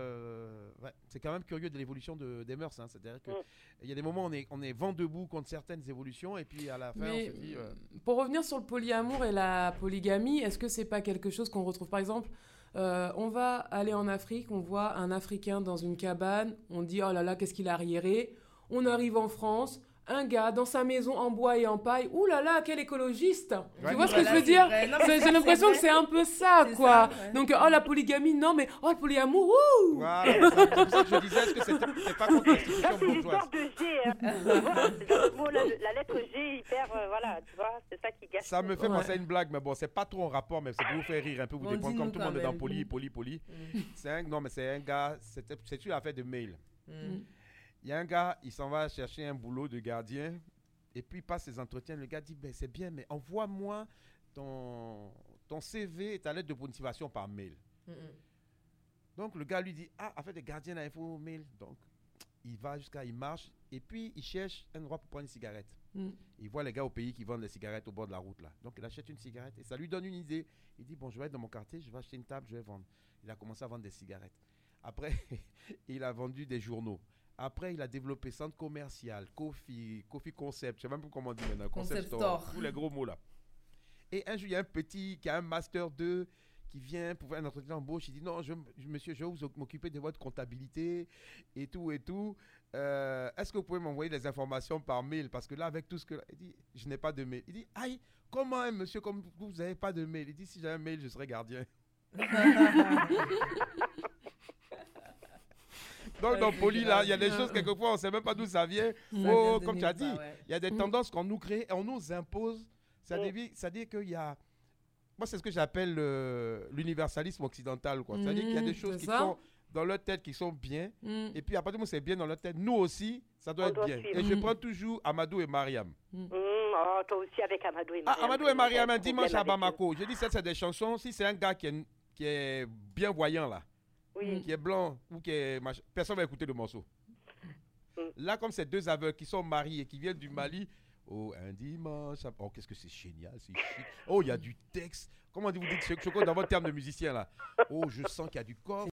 euh, ouais, c'est quand même curieux de l'évolution de, des mœurs. Hein. C'est-à-dire qu'il mmh. y a des moments où on est, on est vent debout contre certaines évolutions, et puis à la fin, mais on se dit... Euh... Pour revenir sur le polyamour et la polygamie, est-ce que c'est pas quelque chose qu'on retrouve, par exemple... Euh, on va aller en Afrique, on voit un Africain dans une cabane, on dit oh là là qu'est-ce qu'il a arriéré. On arrive en France, un gars dans sa maison en bois et en paille, ouh là là quel écologiste. Ouais, tu vois ce que je veux dire? Non, c'est, j'ai l'impression que c'est un peu ça c'est quoi. Ça, ouais. Donc oh la polygamie non mais oh le polyamour ouh. Voilà, c'est pour ça que je disais est-ce que c'était, c'était pas contre l'institution bourgeoise. C'est l'histoire de G. Hein. le mot, la, la lettre G hyper euh, voilà tu vois c'est ça qui gâche. Ça me fait ouais. penser à une blague mais bon c'est pas trop en rapport mais c'est pour vous faire rire un peu vous bon, déprendre comme tout le monde est dans poly poly poly. Mm. C'est un non mais c'est un gars c'est c'est une affaire de mail. Mm. Il y a un gars, il s'en va chercher un boulot de gardien et puis il passe ses entretiens. Le gars dit ben, c'est bien, mais envoie-moi ton, ton C V et ta lettre de motivation par mail. Mm-hmm. Donc le gars lui dit ah, en fait, le gardien a info mail. Donc il va jusqu'à, il marche et puis il cherche un endroit pour prendre une cigarette. Mm. Il voit les gars au pays qui vendent des cigarettes au bord de la route là. Donc il achète une cigarette et ça lui donne une idée. Il dit bon, je vais être dans mon quartier, je vais acheter une table, je vais vendre. Il a commencé à vendre des cigarettes. Après, il a vendu des journaux. Après, il a développé centre commercial, Coffee, Coffee Concept, je ne sais même pas comment on dit maintenant, Concept, Concept Store, Store. Tous les gros mots là. Et un jour, il y a un petit qui a un Master deux qui vient pour faire un entretien d'embauche. Il dit non, je, monsieur, je vais vous m'occuper de votre comptabilité et tout et tout. Euh, est-ce que vous pouvez m'envoyer des informations par mail? Parce que là, avec tout ce que... Il dit, je n'ai pas de mail. Il dit, aïe, comment un monsieur comme vous, vous n'avez pas de mail? Il dit, si j'avais un mail, je serais gardien. Donc, dans Poly, là, il y a des choses, quelquefois, on ne sait même pas d'où ça vient. Ça oh, comme tu as dit, il ouais. y a des tendances qu'on nous crée et on nous impose. C'est-à-dire, c'est-à-dire qu'il y a... Moi, c'est ce que j'appelle euh, l'universalisme occidental. Quoi. C'est-à-dire mmh, qu'il y a des choses qui ça. sont dans leur tête qui sont bien. Mmh. Et puis, à partir du moment où c'est bien dans leur tête, nous aussi, ça doit on être doit bien. Suivre. Et mmh. je prends toujours Amadou et Mariam. Mmh. Mmh, oh, toi aussi avec Amadou et Mariam. Ah, Amadou et Mariam, un dimanche à Bamako. Je dis ça, c'est des chansons. Si c'est un gars qui est, qui est bien voyant, là. Oui. Qui est blanc ou qui est machin, personne va écouter le morceau. Mm. Là, comme ces deux aveugles qui sont mariés et qui viennent du Mali, oh, un dimanche, oh, qu'est-ce que c'est génial, c'est chic. Oh, il y a du texte. Comment vous dites, Choco, dans votre terme de musicien là? Oh, je sens qu'il y a du corps.